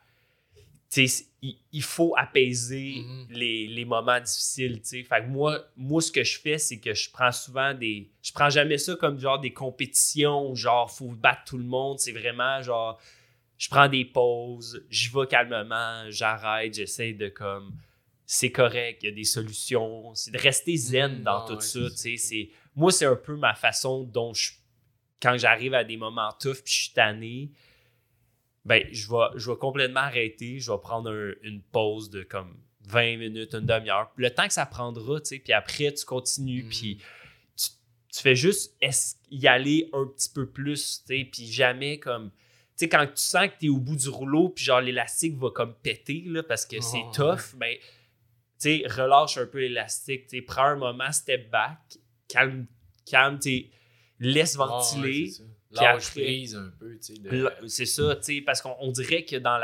Il faut apaiser les moments difficiles. T'sais. Fait que moi, ce que je fais, c'est que je prends souvent je prends jamais ça comme genre des compétitions, genre faut battre tout le monde. C'est vraiment genre... Je prends des pauses, j'y vais calmement, j'arrête, j'essaie de comme... C'est correct, il y a des solutions. C'est de rester zen dans tout ça. Moi, c'est un peu ma façon dont quand j'arrive à des moments tough puis je suis tanné, ben, je vais complètement arrêter. Je vais prendre une pause de comme 20 minutes, une demi-heure. Le temps que ça prendra, tu sais, puis après, tu continues, puis tu fais juste y aller un petit peu plus, tu sais, puis jamais comme... Tu sais, quand tu sens que tu es au bout du rouleau, puis genre l'élastique va comme péter, là, parce que c'est tough, ben, tu sais, relâche un peu l'élastique, tu sais, prends un moment, step back, calme, tu sais, laisse ventiler. Lâche prise un peu. C'est ça, tu sais, parce qu'on dirait que dans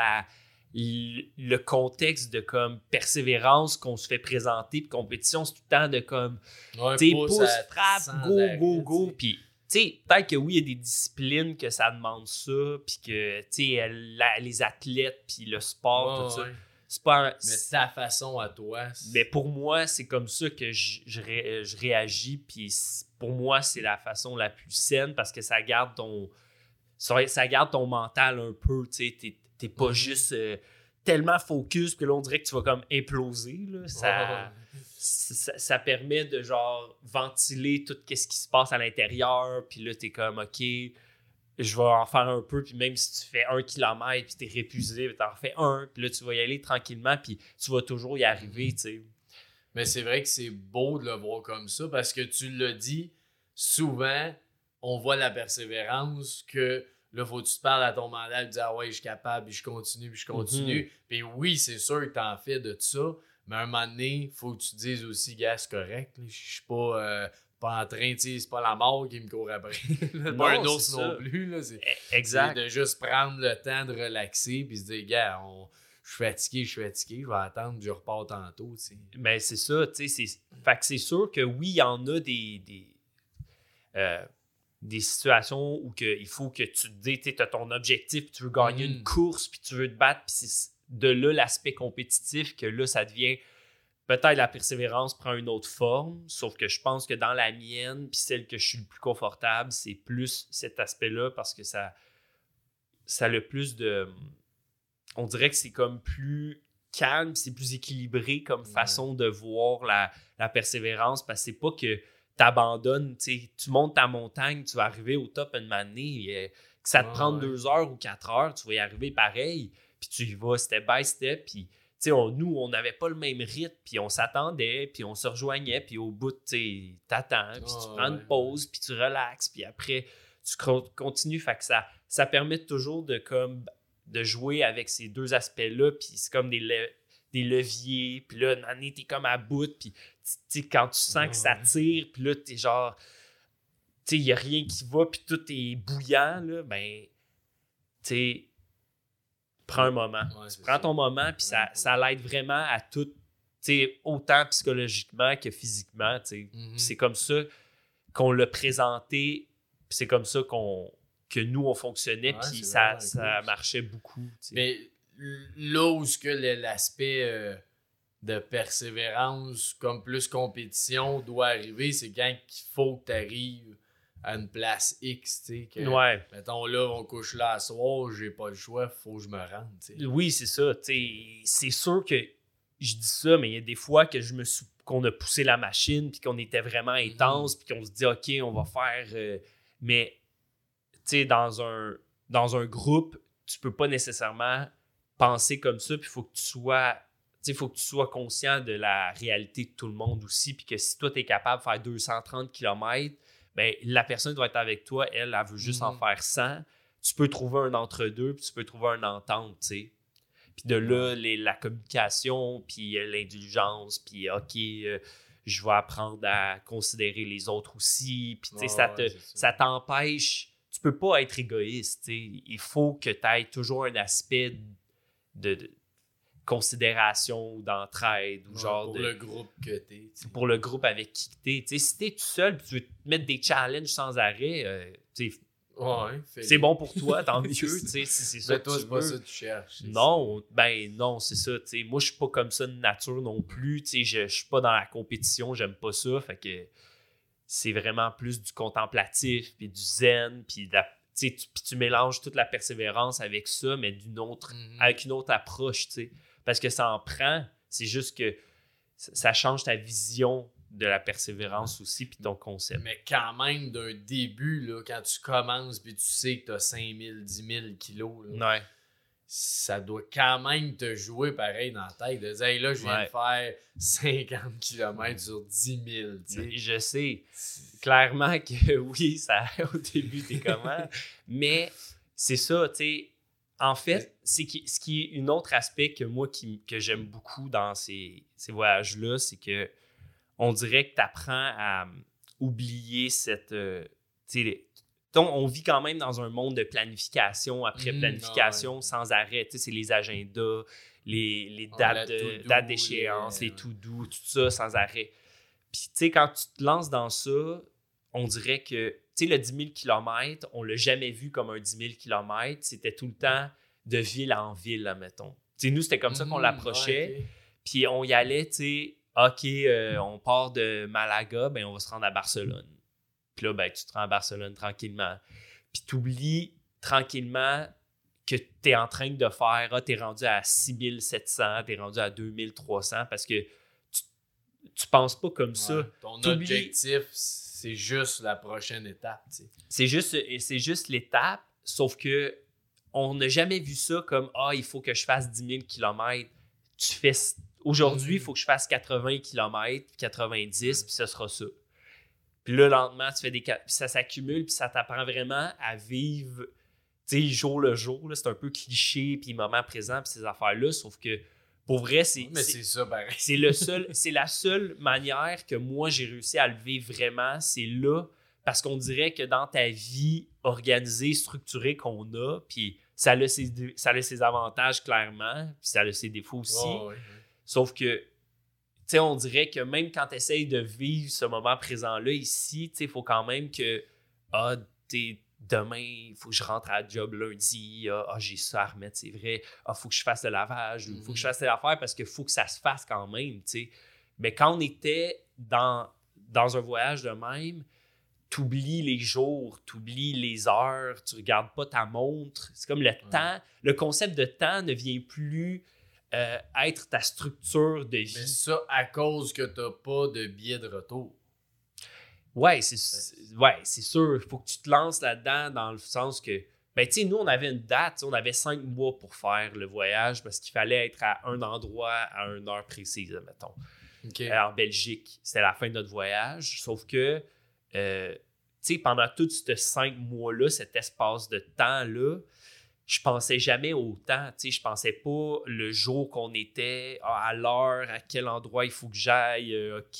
le contexte de comme persévérance qu'on se fait présenter, puis compétition, c'est tout le temps de comme, tu sais, pouce, frappe, go. Puis, tu sais, peut-être que oui, il y a des disciplines que ça demande ça, puis que, tu sais, les athlètes, puis le sport, tout ça. C'est pas mais ta façon à toi. Mais pour moi, c'est comme ça que je réagis. Puis pour moi, c'est la façon la plus saine parce que ça garde ton mental un peu. Tu sais, t'es pas juste tellement focus que là, on dirait que tu vas comme imploser. Là. Ça permet de genre ventiler tout ce qui se passe à l'intérieur. Puis là, t'es comme, OK, je vais en faire un peu, puis même si tu fais 1 kilomètre, puis t'es répuisé, t'en refais un, puis là, tu vas y aller tranquillement, puis tu vas toujours y arriver, tu sais. Mais c'est vrai que c'est beau de le voir comme ça, parce que tu l'as dit, souvent, on voit la persévérance, que là, faut que tu te parles à ton mental, et dire « Ah ouais, je suis capable, puis je continue. Puis oui, c'est sûr que t'en fais de ça, mais à un moment donné, il faut que tu te dises aussi « Gars, c'est correct, je suis pas... pas en train, tu sais, c'est pas la mort qui me court après. C'est pas un ours non plus. Là, exact. C'est de juste prendre le temps de relaxer puis se dire, gars, je suis fatigué, je vais attendre, je repars tantôt. Tu sais. Ben, c'est ça, tu sais. Fait que c'est sûr que oui, il y en a des situations où il faut que tu te dis, tu as ton objectif, puis tu veux gagner une course, puis tu veux te battre, puis c'est de là l'aspect compétitif que là, ça devient. Peut-être la persévérance prend une autre forme, sauf que je pense que dans la mienne, puis celle que je suis le plus confortable, c'est plus cet aspect-là parce que ça a le plus de... On dirait que c'est comme plus calme, c'est plus équilibré comme façon de voir la persévérance parce que c'est pas que t'abandonnes, tu montes ta montagne, tu vas arriver au top une année, que ça te prenne 2 heures ou 4 heures, tu vas y arriver pareil, puis tu y vas step by step, puis nous, on n'avait pas le même rythme, puis on s'attendait, puis on se rejoignait, puis au bout, tu t'attends, puis tu prends une pause, puis tu relaxes, puis après, tu continues. Fait que ça permet toujours de jouer avec ces deux aspects-là, puis c'est comme des leviers, puis là, une année, t'es comme à bout, puis quand tu sens que ça tire, puis là, t'es genre, il n'y a rien qui va, puis tout est bouillant, là, ben, tu sais, prends un moment. Tu prends ton moment, puis ça l'aide vraiment à tout, autant psychologiquement que physiquement, c'est comme ça qu'on l'a présenté, puis c'est comme ça que nous, on fonctionnait, puis ça marchait beaucoup. T'sais. Mais là où l'aspect de persévérance, comme plus compétition, doit arriver, c'est quand il faut que tu arrives à une place X, tu sais, mettons là, on couche là à soir, j'ai pas le choix, faut que je me rende, t'sais. Oui, c'est ça, c'est sûr que je dis ça, mais il y a des fois que qu'on a poussé la machine, puis qu'on était vraiment intense, puis qu'on se dit, OK, on va faire... mais, tu sais, dans un groupe, tu peux pas nécessairement penser comme ça, puis il faut que tu sois conscient de la réalité de tout le monde aussi, puis que si toi, tu es capable de faire 230 km, ben, la personne qui va être avec toi, elle veut juste en faire 100. Tu peux trouver un entre-deux, puis tu peux trouver une entente, tu sais. Puis de là, la communication, puis l'indulgence, puis OK, je vais apprendre à considérer les autres aussi. Puis tu sais, ça t'empêche... Tu peux pas être égoïste, tu sais. Il faut que tu aies toujours un aspect de considération ou d'entraide. Ou genre pour le groupe que t'es. T'sais. Pour le groupe avec qui t'es. Tu sais, si t'es tout seul, puis tu veux te mettre des challenges sans arrêt, tu sais... c'est bon pour toi, tant mieux, tu sais, si c'est ça. Mais toi, c'est pas ça que tu cherches. Non, non, c'est ça, tu sais. Moi, je suis pas comme ça de nature non plus, tu sais, je suis pas dans la compétition, j'aime pas ça, fait que c'est vraiment plus du contemplatif, puis du zen, puis tu mélanges toute la persévérance avec ça, mais avec une autre approche, tu sais, parce que ça en prend, c'est juste que ça change ta vision de la persévérance aussi, puis ton concept. Mais quand même, d'un début, là, quand tu commences, puis tu sais que tu as 5 000, 10 000 kilos, là, ça doit quand même te jouer pareil dans la tête, de dire, hey, là, je viens de faire 50 km sur 10 000. Je sais, clairement que oui, au début, t'es comment, mais c'est ça, tu sais. En fait, ce qui est une autre aspect que moi, que j'aime beaucoup dans ces voyages-là, c'est que on dirait que tu apprends à oublier cette... on vit quand même dans un monde de planification après planification sans arrêt. C'est les agendas, les dates d'échéance, les to-do, tout ça sans arrêt. Puis quand tu te lances dans ça, on dirait que le 10 000 km, on l'a jamais vu comme un 10 000 km. C'était tout le temps de ville en ville, là, mettons. Nous, c'était comme ça qu'on l'approchait. Puis on y allait, tu sais... OK, on part de Malaga, ben on va se rendre à Barcelone. Puis là, ben, tu te rends à Barcelone tranquillement. Puis tu oublies tranquillement que tu es en train de faire, tu es rendu à 6700, tu es rendu à 2300 parce que tu penses pas comme ça. Ton objectif, c'est juste la prochaine étape. T'sais. C'est juste l'étape, sauf que on n'a jamais vu ça comme il faut que je fasse 10 000 km. Tu fais... Aujourd'hui, il faut que je fasse 80 km, 90, puis ce sera ça. Puis là, lentement, tu fais puis ça s'accumule, puis ça t'apprend vraiment à vivre, jour le jour. Là, c'est un peu cliché, puis moment présent, puis ces affaires-là, sauf que, pour vrai, c'est ça, pareil. C'est la seule manière que moi, j'ai réussi à le vivre vraiment, c'est là, parce qu'on dirait que dans ta vie organisée, structurée qu'on a, puis ça a ses avantages, clairement, puis ça a ses défauts aussi. Sauf que, on dirait que même quand tu essayes de vivre ce moment présent-là ici, il faut quand même que, demain, il faut que je rentre à la job lundi, j'ai ça à remettre, c'est vrai, il faut que je fasse le lavage, il faut que je fasse telle affaire parce qu'il faut que ça se fasse quand même, t'sais. Mais quand on était dans un voyage de même, t'oublies les jours, t'oublies les heures, tu regardes pas ta montre, c'est comme le temps, le concept de temps ne vient plus... être ta structure de vie. Mais ça, à cause que t'as pas de billet de retour. Ouais, c'est sûr. Il faut que tu te lances là-dedans dans le sens que, nous, on avait une date, on avait 5 mois pour faire le voyage parce qu'il fallait être à un endroit à une heure précise, mettons. En Belgique, c'était la fin de notre voyage. Sauf que, pendant tous ces 5 mois-là, cet espace de temps-là, je pensais jamais autant. Je pensais pas le jour qu'on était, à l'heure, à quel endroit il faut que j'aille,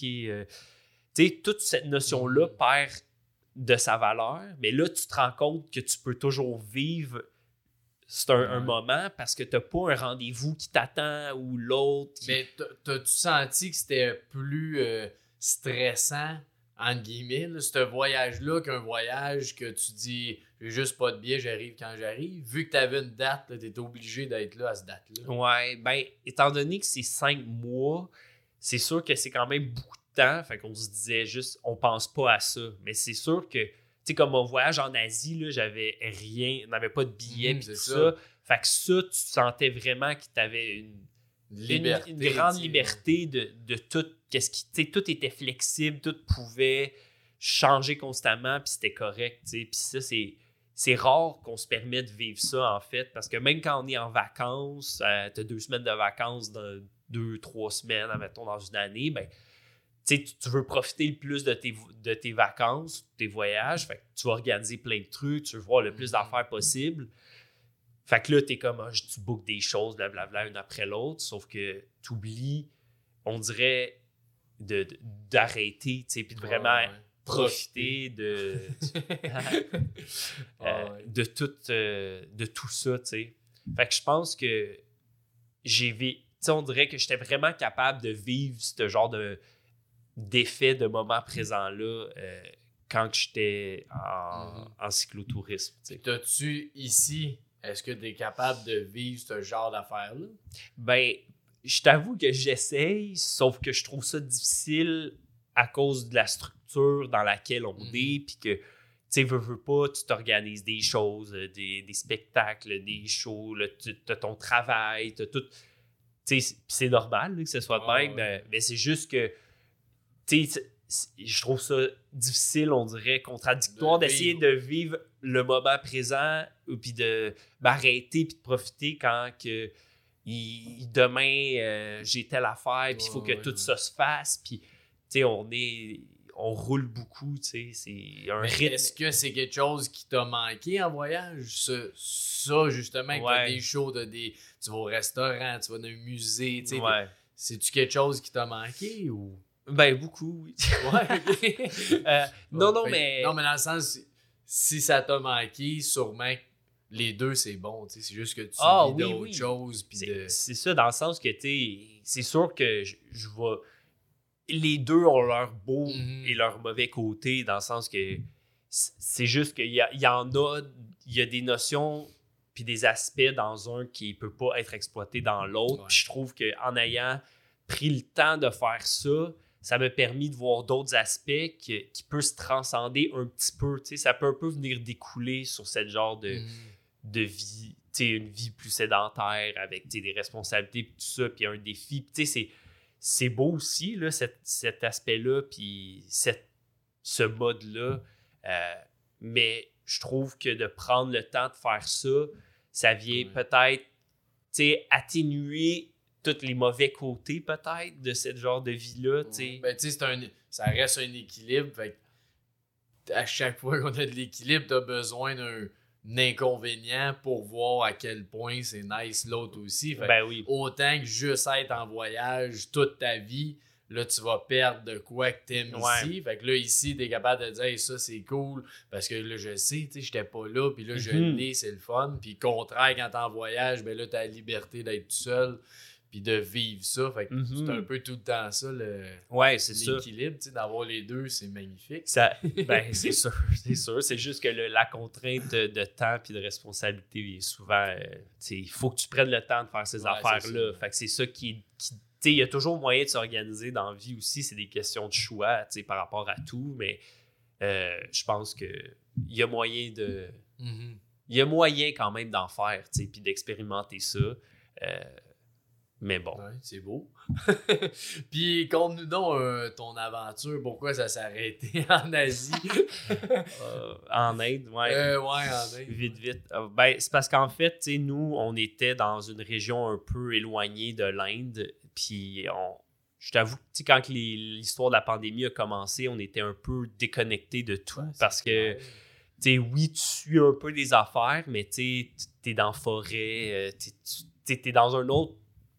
toute cette notion-là perd de sa valeur, mais là, tu te rends compte que tu peux toujours vivre un moment parce que tu n'as pas un rendez-vous qui t'attend ou l'autre. Mais t'as-tu senti que c'était plus stressant, entre guillemets, là, ce voyage-là, qu'un voyage que tu dis j'ai juste pas de billet, j'arrive quand j'arrive? Vu que tu avais une date, tu étais obligé d'être là à cette date-là. Ouais, ben, étant donné que c'est 5 mois, c'est sûr que c'est quand même beaucoup de temps. Fait qu'on se disait juste, on pense pas à ça. Mais c'est sûr que, tu sais, comme mon voyage en Asie, là, j'avais rien, on n'avait pas de billets pis tout ça. Fait que ça, tu sentais vraiment que tu avais une grande liberté de tout. Tout était flexible, tout pouvait changer constamment, puis c'était correct. Puis ça, c'est rare qu'on se permette de vivre ça, en fait, parce que même quand on est en vacances, t'as 2 semaines de vacances, 2-3 semaines, admettons, dans une année, ben, tu veux profiter le plus de tes vacances, de tes voyages, fait que tu vas organiser plein de trucs, tu veux voir le plus d'affaires possible. Fait que là, t'es comme, tu bookes des choses, blablabla, une après l'autre, sauf que t'oublies, on dirait, d'arrêter, tu sais, puis de vraiment profiter de tout ça, tu sais. Fait que je pense que on dirait que j'étais vraiment capable de vivre ce genre d'effet de moment présent-là quand j'étais en cyclotourisme. T'sais. T'as-tu ici, est-ce que tu es capable de vivre ce genre d'affaires-là? Ben, je t'avoue que j'essaye, sauf que je trouve ça difficile à cause de la structure dans laquelle on est, puis que, tu sais, veux pas, tu t'organises des choses, des spectacles, des shows, tu as ton travail, tu as tout. Tu sais, c'est normal là, que ce soit de même, mais c'est juste que, tu sais, je trouve ça difficile, on dirait, contradictoire d'essayer de vivre le moment présent, puis de m'arrêter puis de profiter quand que demain j'ai telle affaire, puis il faut que tout ça se fasse, puis tu sais, on roule beaucoup, tu sais, c'est un rythme. Est-ce que c'est quelque chose qui t'a manqué en voyage? Ça justement, que t'as des shows, tu vas au restaurant, tu vas dans un musée, tu sais, c'est-tu quelque chose qui t'a manqué ou... Ben, beaucoup, oui. Non, mais dans le sens, si ça t'a manqué, sûrement les deux, c'est bon. C'est juste que tu vis d'autres choses. C'est ça, dans le sens que, c'est sûr que je vais... Les deux ont leur beau et leur mauvais côté, dans le sens que c'est juste qu'il y a des notions puis des aspects dans un qui ne peut pas être exploité dans l'autre. Puis je trouve qu'en ayant pris le temps de faire ça m'a permis de voir d'autres aspects qui peuvent se transcender un petit peu. Ça peut un peu venir découler sur cette genre de vie, une vie plus sédentaire avec des responsabilités, tout ça, puis un défi. C'est beau aussi, là, cet aspect-là, puis ce mode-là. Mais je trouve que de prendre le temps de faire ça vient peut-être atténuer tous les mauvais côtés, peut-être, de ce genre de vie-là. Ben, ça reste un équilibre. Fait à chaque fois qu'on a de l'équilibre, tu as besoin d'un inconvénient pour voir à quel point c'est nice l'autre aussi. Fait autant que juste être en voyage toute ta vie, là, tu vas perdre de quoi que t'aimes ici. Fait que là, ici, t'es capable de dire hey, ça, c'est cool, parce que là, je sais, tu sais, j'étais pas là, puis là, je l'ai, c'est le fun. Puis contraire, quand t'es en voyage, ben là, t'as la liberté d'être tout seul, puis de vivre ça. Fait que c'est un peu tout le temps ça, l'équilibre, tu sais, d'avoir les deux, c'est magnifique. C'est sûr. C'est juste que la contrainte de temps puis de responsabilité est souvent, il faut que tu prennes le temps de faire ces affaires-là. Fait que c'est ça qui il y a toujours moyen de s'organiser dans la vie aussi. C'est des questions de choix par rapport à tout, mais je pense qu'il y a moyen de... Il y a moyen quand même d'en faire, puis d'expérimenter ça. Mais bon. Ouais, c'est beau. Puis, conte-nous donc ton aventure. Pourquoi ça s'est arrêté en Asie? En Inde, ouais, en Inde. Vite. C'est parce qu'en fait, nous, on était dans une région un peu éloignée de l'Inde. Puis, je t'avoue, quand l'histoire de la pandémie a commencé, on était un peu déconnecté de tout. Parce que, sais, oui, tu suis un peu des affaires, mais tu es dans la forêt, t'es dans un autre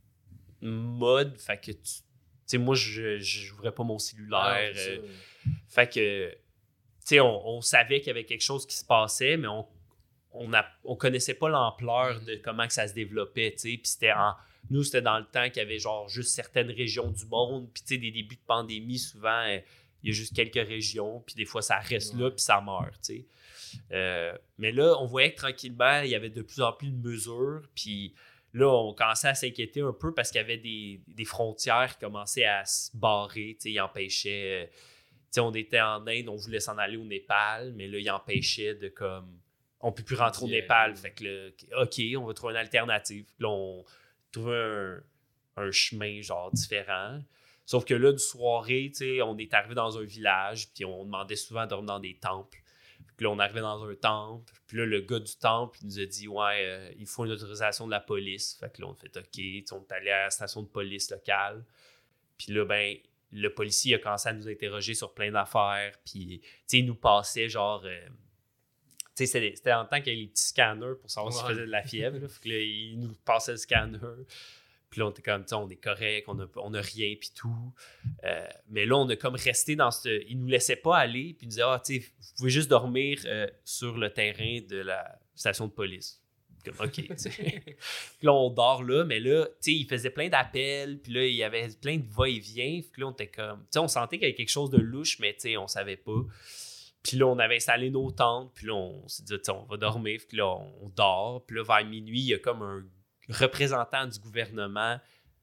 mode, fait que tu sais, moi, je n'ouvrais pas mon cellulaire. Fait que, tu sais, on savait qu'il y avait quelque chose qui se passait, mais on connaissait pas l'ampleur de comment que ça se développait, tu sais. Puis nous, c'était dans le temps qu'il y avait genre juste certaines régions du monde. Puis, tu sais, des débuts de pandémie, souvent, il y a juste quelques régions. Puis, des fois, ça reste là, puis ça meurt, tu sais. Mais là, on voyait que tranquillement, il y avait de plus en plus de mesures. Puis là, on commençait à s'inquiéter un peu parce qu'il y avait des frontières qui commençaient à se barrer. Tu sais, ils empêchaient... tu sais, on était en Inde, on voulait s'en aller au Népal, mais là, ils empêchaient de comme... On peut plus rentrer au Népal. Fait que là, OK, on va trouver une alternative. Là, on trouvait un chemin genre différent. Sauf que là, du soirée, tu sais, on est arrivé dans un village, puis on demandait souvent de dormir dans des temples. Puis là, on arrivait dans un temple, puis là, le gars du temple nous a dit « Ouais, il faut une autorisation de la police. » Fait que là, on a fait « OK », on est allé à la station de police locale. Puis là, ben, le policier a commencé à nous interroger sur plein d'affaires, puis, tu sais, il nous passait genre... tu sais, c'était en temps qu'il y avait les petits scanners pour savoir s'il faisait de la fièvre. Là. Fait que là, il nous passait le scanner. Puis là, on était comme, tu sais, on est correct, on a rien, puis tout. Mais là, on a comme resté dans ce... Il nous laissait pas aller, puis il nous disait, ah, tu sais, vous pouvez juste dormir sur le terrain de la station de police. Comme, OK, tu sais. Puis là, on dort là, mais là, tu sais, il faisait plein d'appels, puis là, il y avait plein de va-et-vient. Puis là, on était comme... Tu sais, on sentait qu'il y avait quelque chose de louche, mais tu sais, on savait pas. Puis là, on avait installé nos tentes, puis là, on s'est dit, on va dormir, puis là, on dort. Puis là, vers minuit, il y a comme un représentant du gouvernement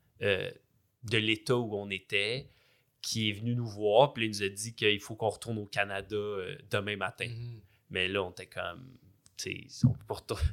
de l'État où on était qui est venu nous voir, puis là, il nous a dit qu'il faut qu'on retourne au Canada demain matin. Mm-hmm. Mais là, on était comme, tu sais, on peut pas retourner.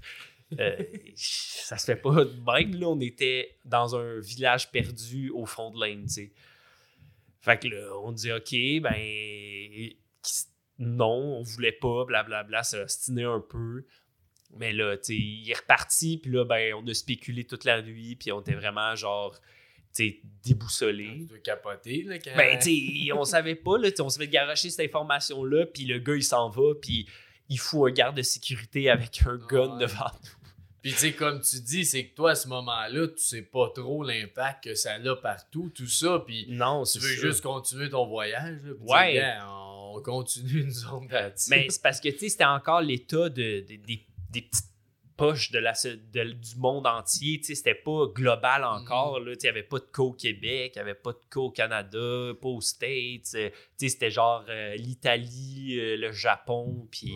Ça se fait pas de même, là. On était dans un village perdu au fond de l'Inde, tu sais. Fait que là, on dit, OK, ben... non, on voulait pas, blablabla, ça ostinait un peu. Mais là, tu sais, il est reparti, puis là, ben, on a spéculé toute la nuit, puis on était vraiment, genre, tu sais, déboussolés. Tu veux capoter, là, quand... Ben, tu sais, on savait pas, là, on se fait garocher cette information-là, puis le gars, il s'en va, puis il fout un garde de sécurité avec un gun devant nous. Puis, tu sais, comme tu dis, c'est que toi, à ce moment-là, tu sais pas trop l'impact que ça a partout, tout ça, puis non, tu veux juste continuer ton voyage, là, ouais. Dire, on continue, nous autres, là-dessus. Mais c'est parce que, tu sais, c'était encore l'état des petites poches du monde entier, tu sais, c'était pas global encore, là, tu sais, il n'y avait pas de cas au Québec, il n'y avait pas de cas au Canada, pas aux States, tu sais, c'était genre l'Italie, le Japon, puis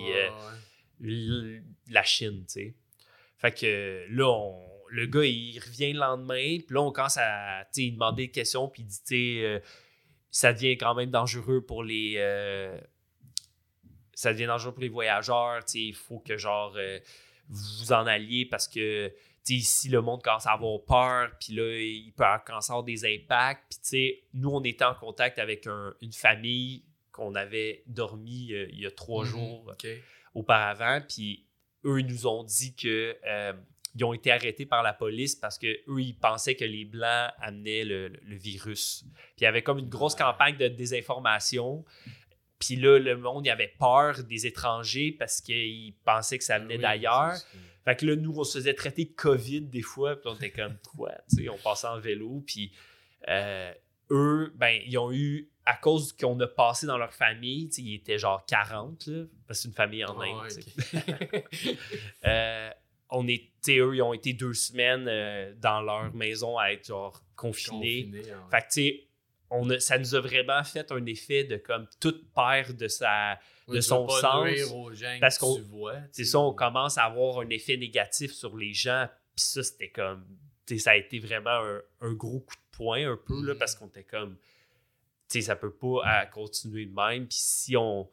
la Chine, tu sais. Fait que là, le gars, il revient le lendemain, puis là, on commence à, tu sais, demander des questions, puis il dit, tu sais, ça devient quand même dangereux pour les... ça devient dangereux pour les voyageurs, tu sais, il faut que, genre, vous en alliez parce que, tu sais, ici, le monde commence à avoir peur, puis là, il peut commencer à avoir des impacts, puis tu sais, nous, on était en contact avec une famille qu'on avait dormi il y a 3 jours auparavant, puis eux, ils nous ont dit que ils ont été arrêtés par la police parce qu'eux, ils pensaient que les Blancs amenaient le virus. Puis il y avait comme une grosse campagne de désinformation. Puis là, le monde, il avait peur des étrangers parce qu'ils pensaient que ça venait d'ailleurs. Fait que là, nous, on se faisait traiter de COVID des fois. Puis on était comme quoi? Tu sais, on passait en vélo. Puis eux, ben, ils ont eu... À cause qu'on a passé dans leur famille, ils étaient genre 40, là, parce que c'est une famille en Inde. Eux, ils ont été 2 semaines dans leur maison à être genre confinés. Fait que, tu sais, ça nous a vraiment fait un effet de comme toute perd de son sens. Aux gens parce que tu vois. C'est ça, on commence à avoir un effet négatif sur les gens. Puis ça, c'était comme... Ça a été vraiment un gros coup de poing un peu, là, parce qu'on était comme... Tu sais, ça peut pas continuer de même. Puis si on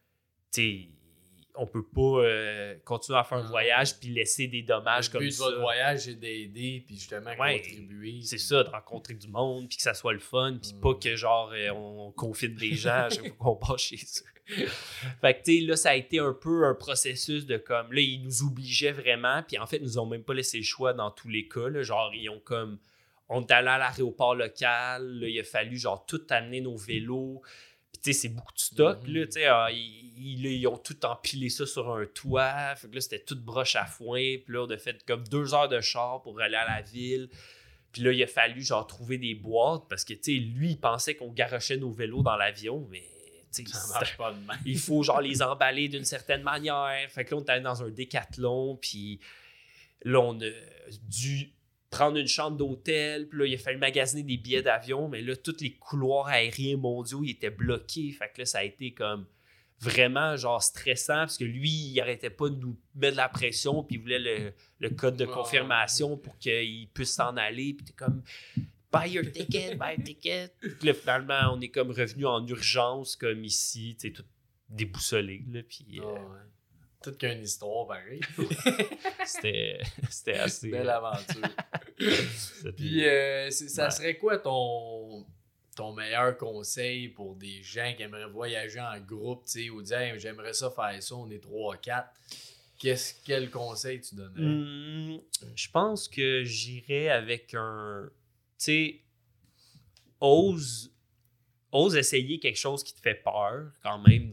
peut pas continuer à faire un voyage puis laisser des dommages comme ça. Le but de votre voyage, c'est d'aider puis justement contribuer. C'est ça, de rencontrer du monde puis que ça soit le fun puis pas que genre on confine des gens à chaque fois qu'on passe chez eux. Fait que tu sais, là, ça a été un peu un processus de comme, là, ils nous obligeaient vraiment puis en fait, ils nous ont même pas laissé le choix dans tous les cas. Là, genre, ils ont comme... On est allé à l'aéroport local, là, il a fallu genre tout amener nos vélos. Puis tu c'est beaucoup de stock, là, ils ont tout empilé ça sur un toit, fait que là, c'était toute broche à foin, puis là, on a fait comme 2 heures de char pour aller à la ville, puis là, il a fallu, genre, trouver des boîtes, parce que, lui, il pensait qu'on garochait nos vélos dans l'avion, mais, ça marche pas de même. il faut, genre, les emballer d'une certaine manière, fait que là, on est allé dans un décathlon, puis là, on a dû prendre une chambre d'hôtel, puis là, il a fallu magasiner des billets d'avion, mais là, tous les couloirs aériens mondiaux, ils étaient bloqués, fait que là, ça a été comme vraiment, genre, stressant, parce que lui, il arrêtait pas de nous mettre de la pression, puis il voulait le code de confirmation pour qu'il puisse s'en aller, puis t'es comme « buy your ticket, buy your ticket », puis là, finalement, on est comme revenu en urgence, comme ici, tu sais, tout déboussolé, là, puis... Toute qu'une histoire, pareil. C'était assez... Belle aventure. Puis, ça serait quoi ton meilleur conseil pour des gens qui aimeraient voyager en groupe, tu sais, ou dire hey, « j'aimerais ça faire ça, on est 3-4 ». Quel conseil tu donnerais? Je pense que j'irais avec un... Tu sais, ose essayer quelque chose qui te fait peur, quand même,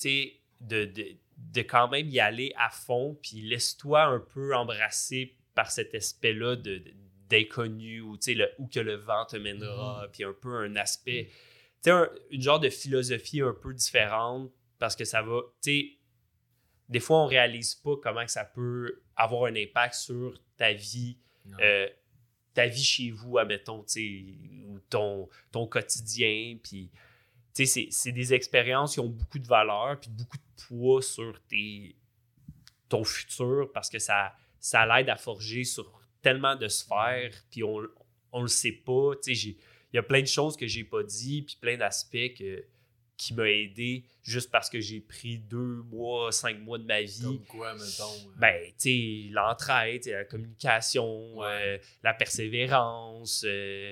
de quand même y aller à fond, puis laisse-toi un peu embrasser par cet aspect-là d'inconnu, ou où que le vent te mènera, puis un peu un aspect, une genre de philosophie un peu différente, parce que ça va, des fois on réalise pas comment que ça peut avoir un impact sur ta vie chez vous, admettons, ou ton quotidien, puis c'est des expériences qui ont beaucoup de valeur, puis beaucoup de poids sur ton futur, parce que ça l'aide à forger sur tellement de sphères, puis on le sait pas. Il y a plein de choses que j'ai pas dit, puis plein d'aspects qui m'ont aidé juste parce que j'ai pris 2 mois, 5 mois de ma vie. Comme quoi, mettons? L'entraide, la communication, la persévérance,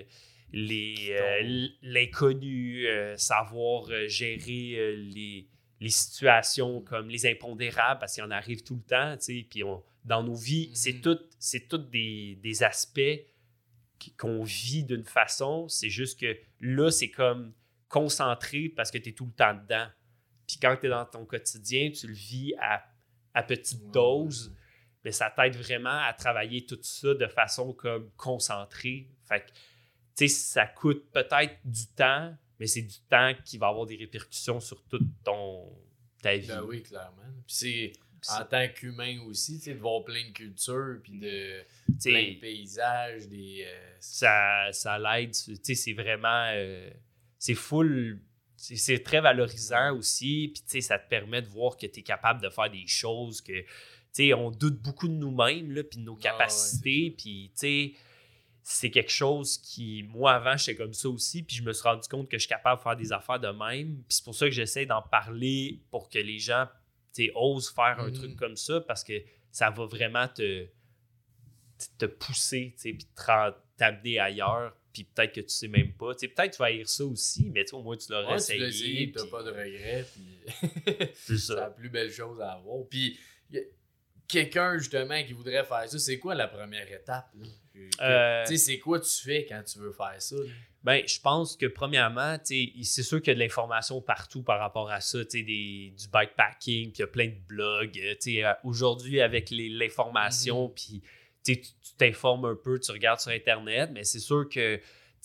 l'inconnu, savoir gérer les situations comme les impondérables, parce qu'il y en arrive tout le temps, puis dans nos vies, c'est tout des aspects qu'on vit d'une façon, c'est juste que là, c'est comme concentré parce que tu es tout le temps dedans. Puis quand tu es dans ton quotidien, tu le vis à petite dose, mais ça t'aide vraiment à travailler tout ça de façon comme concentrée. Fait que, ça coûte peut-être du temps, mais c'est du temps qui va avoir des répercussions sur toute ta vie. Ben oui, clairement. Puis en tant qu'humain aussi, de voir plein de cultures, puis de plein de paysages, ça l'aide, c'est vraiment... c'est full... C'est très valorisant aussi, puis ça te permet de voir que tu es capable de faire des choses que... on doute beaucoup de nous-mêmes, puis de nos capacités, puis c'est quelque chose qui, moi, avant, j'étais comme ça aussi, puis je me suis rendu compte que je suis capable de faire des affaires de même, puis c'est pour ça que j'essaie d'en parler pour que les gens, osent faire un truc comme ça, parce que ça va vraiment te pousser, puis t'amener ailleurs, puis peut-être que tu sais même pas. Peut-être que tu vas haïr ça aussi, mais au moins tu l'auras essayé. Tu l'as essayé, puis t'as pas de regrets, puis c'est la plus belle chose à avoir. Puis quelqu'un, justement, qui voudrait faire ça, c'est quoi la première étape? C'est quoi tu fais quand tu veux faire ça? Ben, je pense que premièrement, c'est sûr qu'il y a de l'information partout par rapport à ça, du bikepacking, puis il y a plein de blogs. Aujourd'hui, avec l'information, puis tu t'informes un peu, tu regardes sur Internet, mais c'est sûr que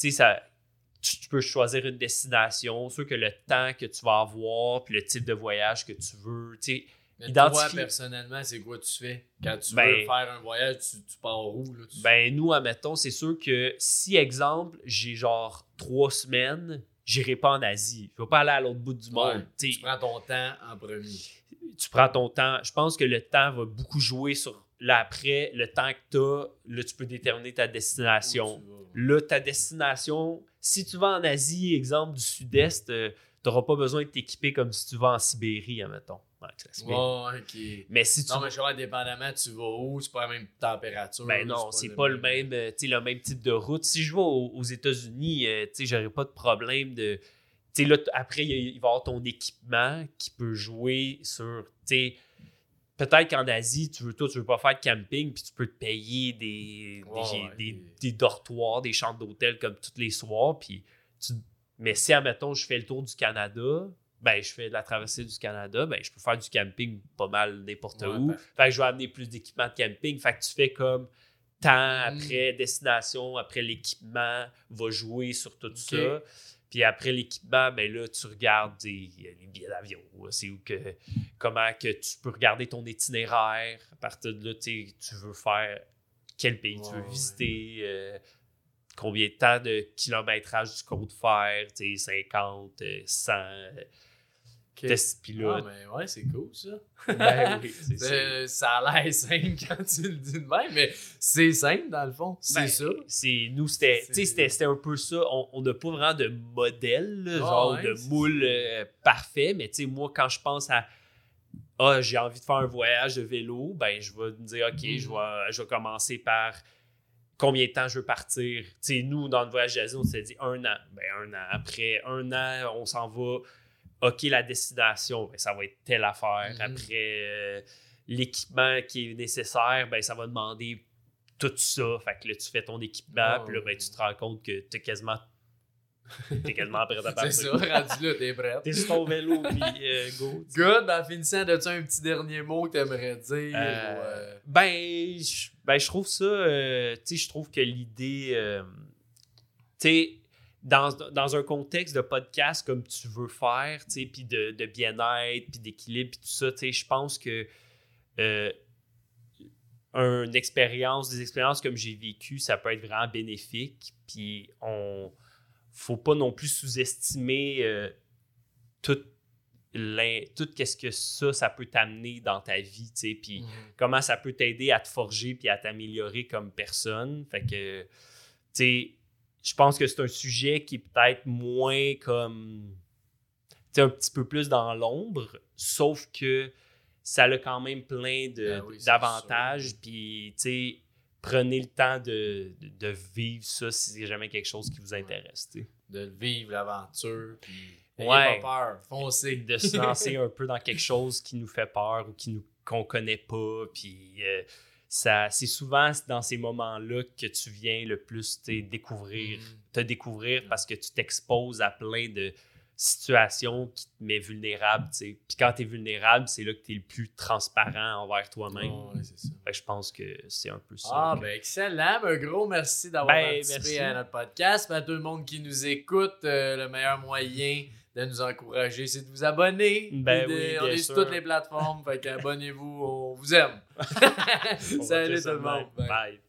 tu peux choisir une destination, c'est sûr que le temps que tu vas avoir, puis le type de voyage que tu veux, mais toi, personnellement, c'est quoi tu fais? Quand tu veux faire un voyage, tu pars où? Là, nous, admettons, c'est sûr que si, exemple, j'ai genre 3 semaines, j'irai pas en Asie. Je vais pas aller à l'autre bout du monde. Tu prends ton temps en premier. Tu prends ton temps. Je pense que le temps va beaucoup jouer sur... Là, après, le temps que tu as, là, tu peux déterminer ta destination. Là, ta destination, si tu vas en Asie, exemple du Sud-Est, tu n'auras pas besoin de t'équiper comme si tu vas en Sibérie, admettons. OK. Mais si tu... Non, mais je vois, indépendamment, tu vas où? C'est pas la même température. Ben non, c'est pas le même type de route. Si je vais aux États-Unis, j'aurais pas de problème de... Là, après, il va y avoir ton équipement qui peut jouer sur... Peut-être qu'en Asie, tu veux pas faire de camping, puis tu peux te payer des dortoirs, des chambres d'hôtel comme tous les soirs. Mais si, admettons, je fais le tour du Canada, ben, je fais de la traversée du Canada, ben, je peux faire du camping pas mal n'importe où. Parfait. Fait que je vais amener plus d'équipements de camping. Fait que tu fais comme temps après destination, après l'équipement, va jouer sur tout ça. Puis après l'équipement, ben là, tu regardes les billets d'avion. C'est où comment que tu peux regarder ton itinéraire. À partir de là, tu veux faire quel pays tu veux visiter, combien de temps de kilométrage tu comptes faire, 50, 100. Test pilote. Ah, mais ouais, c'est cool ça. Ben oui, ça a l'air simple quand tu le dis de même, mais c'est simple dans le fond. C'est ça. C'était un peu ça. On n'a pas vraiment de modèle, là, de moule parfait, mais moi, quand je pense à j'ai envie de faire un voyage de vélo, ben je vais me dire, OK, je vais commencer par combien de temps je veux partir. Nous, dans le voyage d'Asie, on s'est dit 1 an. Ben 1 an. Après 1 an, on s'en va. OK, la destination, ben, ça va être telle affaire. Après, l'équipement qui est nécessaire, ben, ça va demander tout ça. Fait que là, tu fais ton équipement, puis là, ben, tu te rends compte que t'es quasiment prêt à partir. C'est ça, rendu là, t'es prêt. T'es sur ton vélo, puis go. Good, en finissant, as-tu un petit dernier mot que t'aimerais dire? Ben, je trouve ça, je trouve que l'idée, dans un contexte de podcast comme tu veux faire, puis de bien-être, puis d'équilibre, puis tout ça, je pense que des expériences comme j'ai vécu, ça peut être vraiment bénéfique. Puis faut pas non plus sous-estimer tout qu'est-ce que ça peut t'amener dans ta vie, puis comment ça peut t'aider à te forger puis à t'améliorer comme personne. Fait que, je pense que c'est un sujet qui est peut-être moins comme, un petit peu plus dans l'ombre, sauf que ça a quand même plein d'avantages. Puis, prenez le temps de vivre ça si c'est jamais quelque chose qui vous intéresse. De vivre l'aventure, puis n'ayez pas peur, foncez. De se lancer un peu dans quelque chose qui nous fait peur ou qu'on connaît pas. Puis, c'est souvent dans ces moments-là que tu viens le plus te découvrir parce que tu t'exposes à plein de situations qui te mettent vulnérable. Puis quand tu es vulnérable, c'est là que tu es le plus transparent envers toi-même. C'est ça. Fait que je pense que c'est un peu ça. Ben excellent. Un gros merci d'avoir participé à notre podcast. À tout le monde qui nous écoute, le meilleur moyen de nous encourager, c'est de vous abonner. On est sur toutes les plateformes. Fait qu'abonnez-vous, on vous aime. Salut tout le monde. Bye.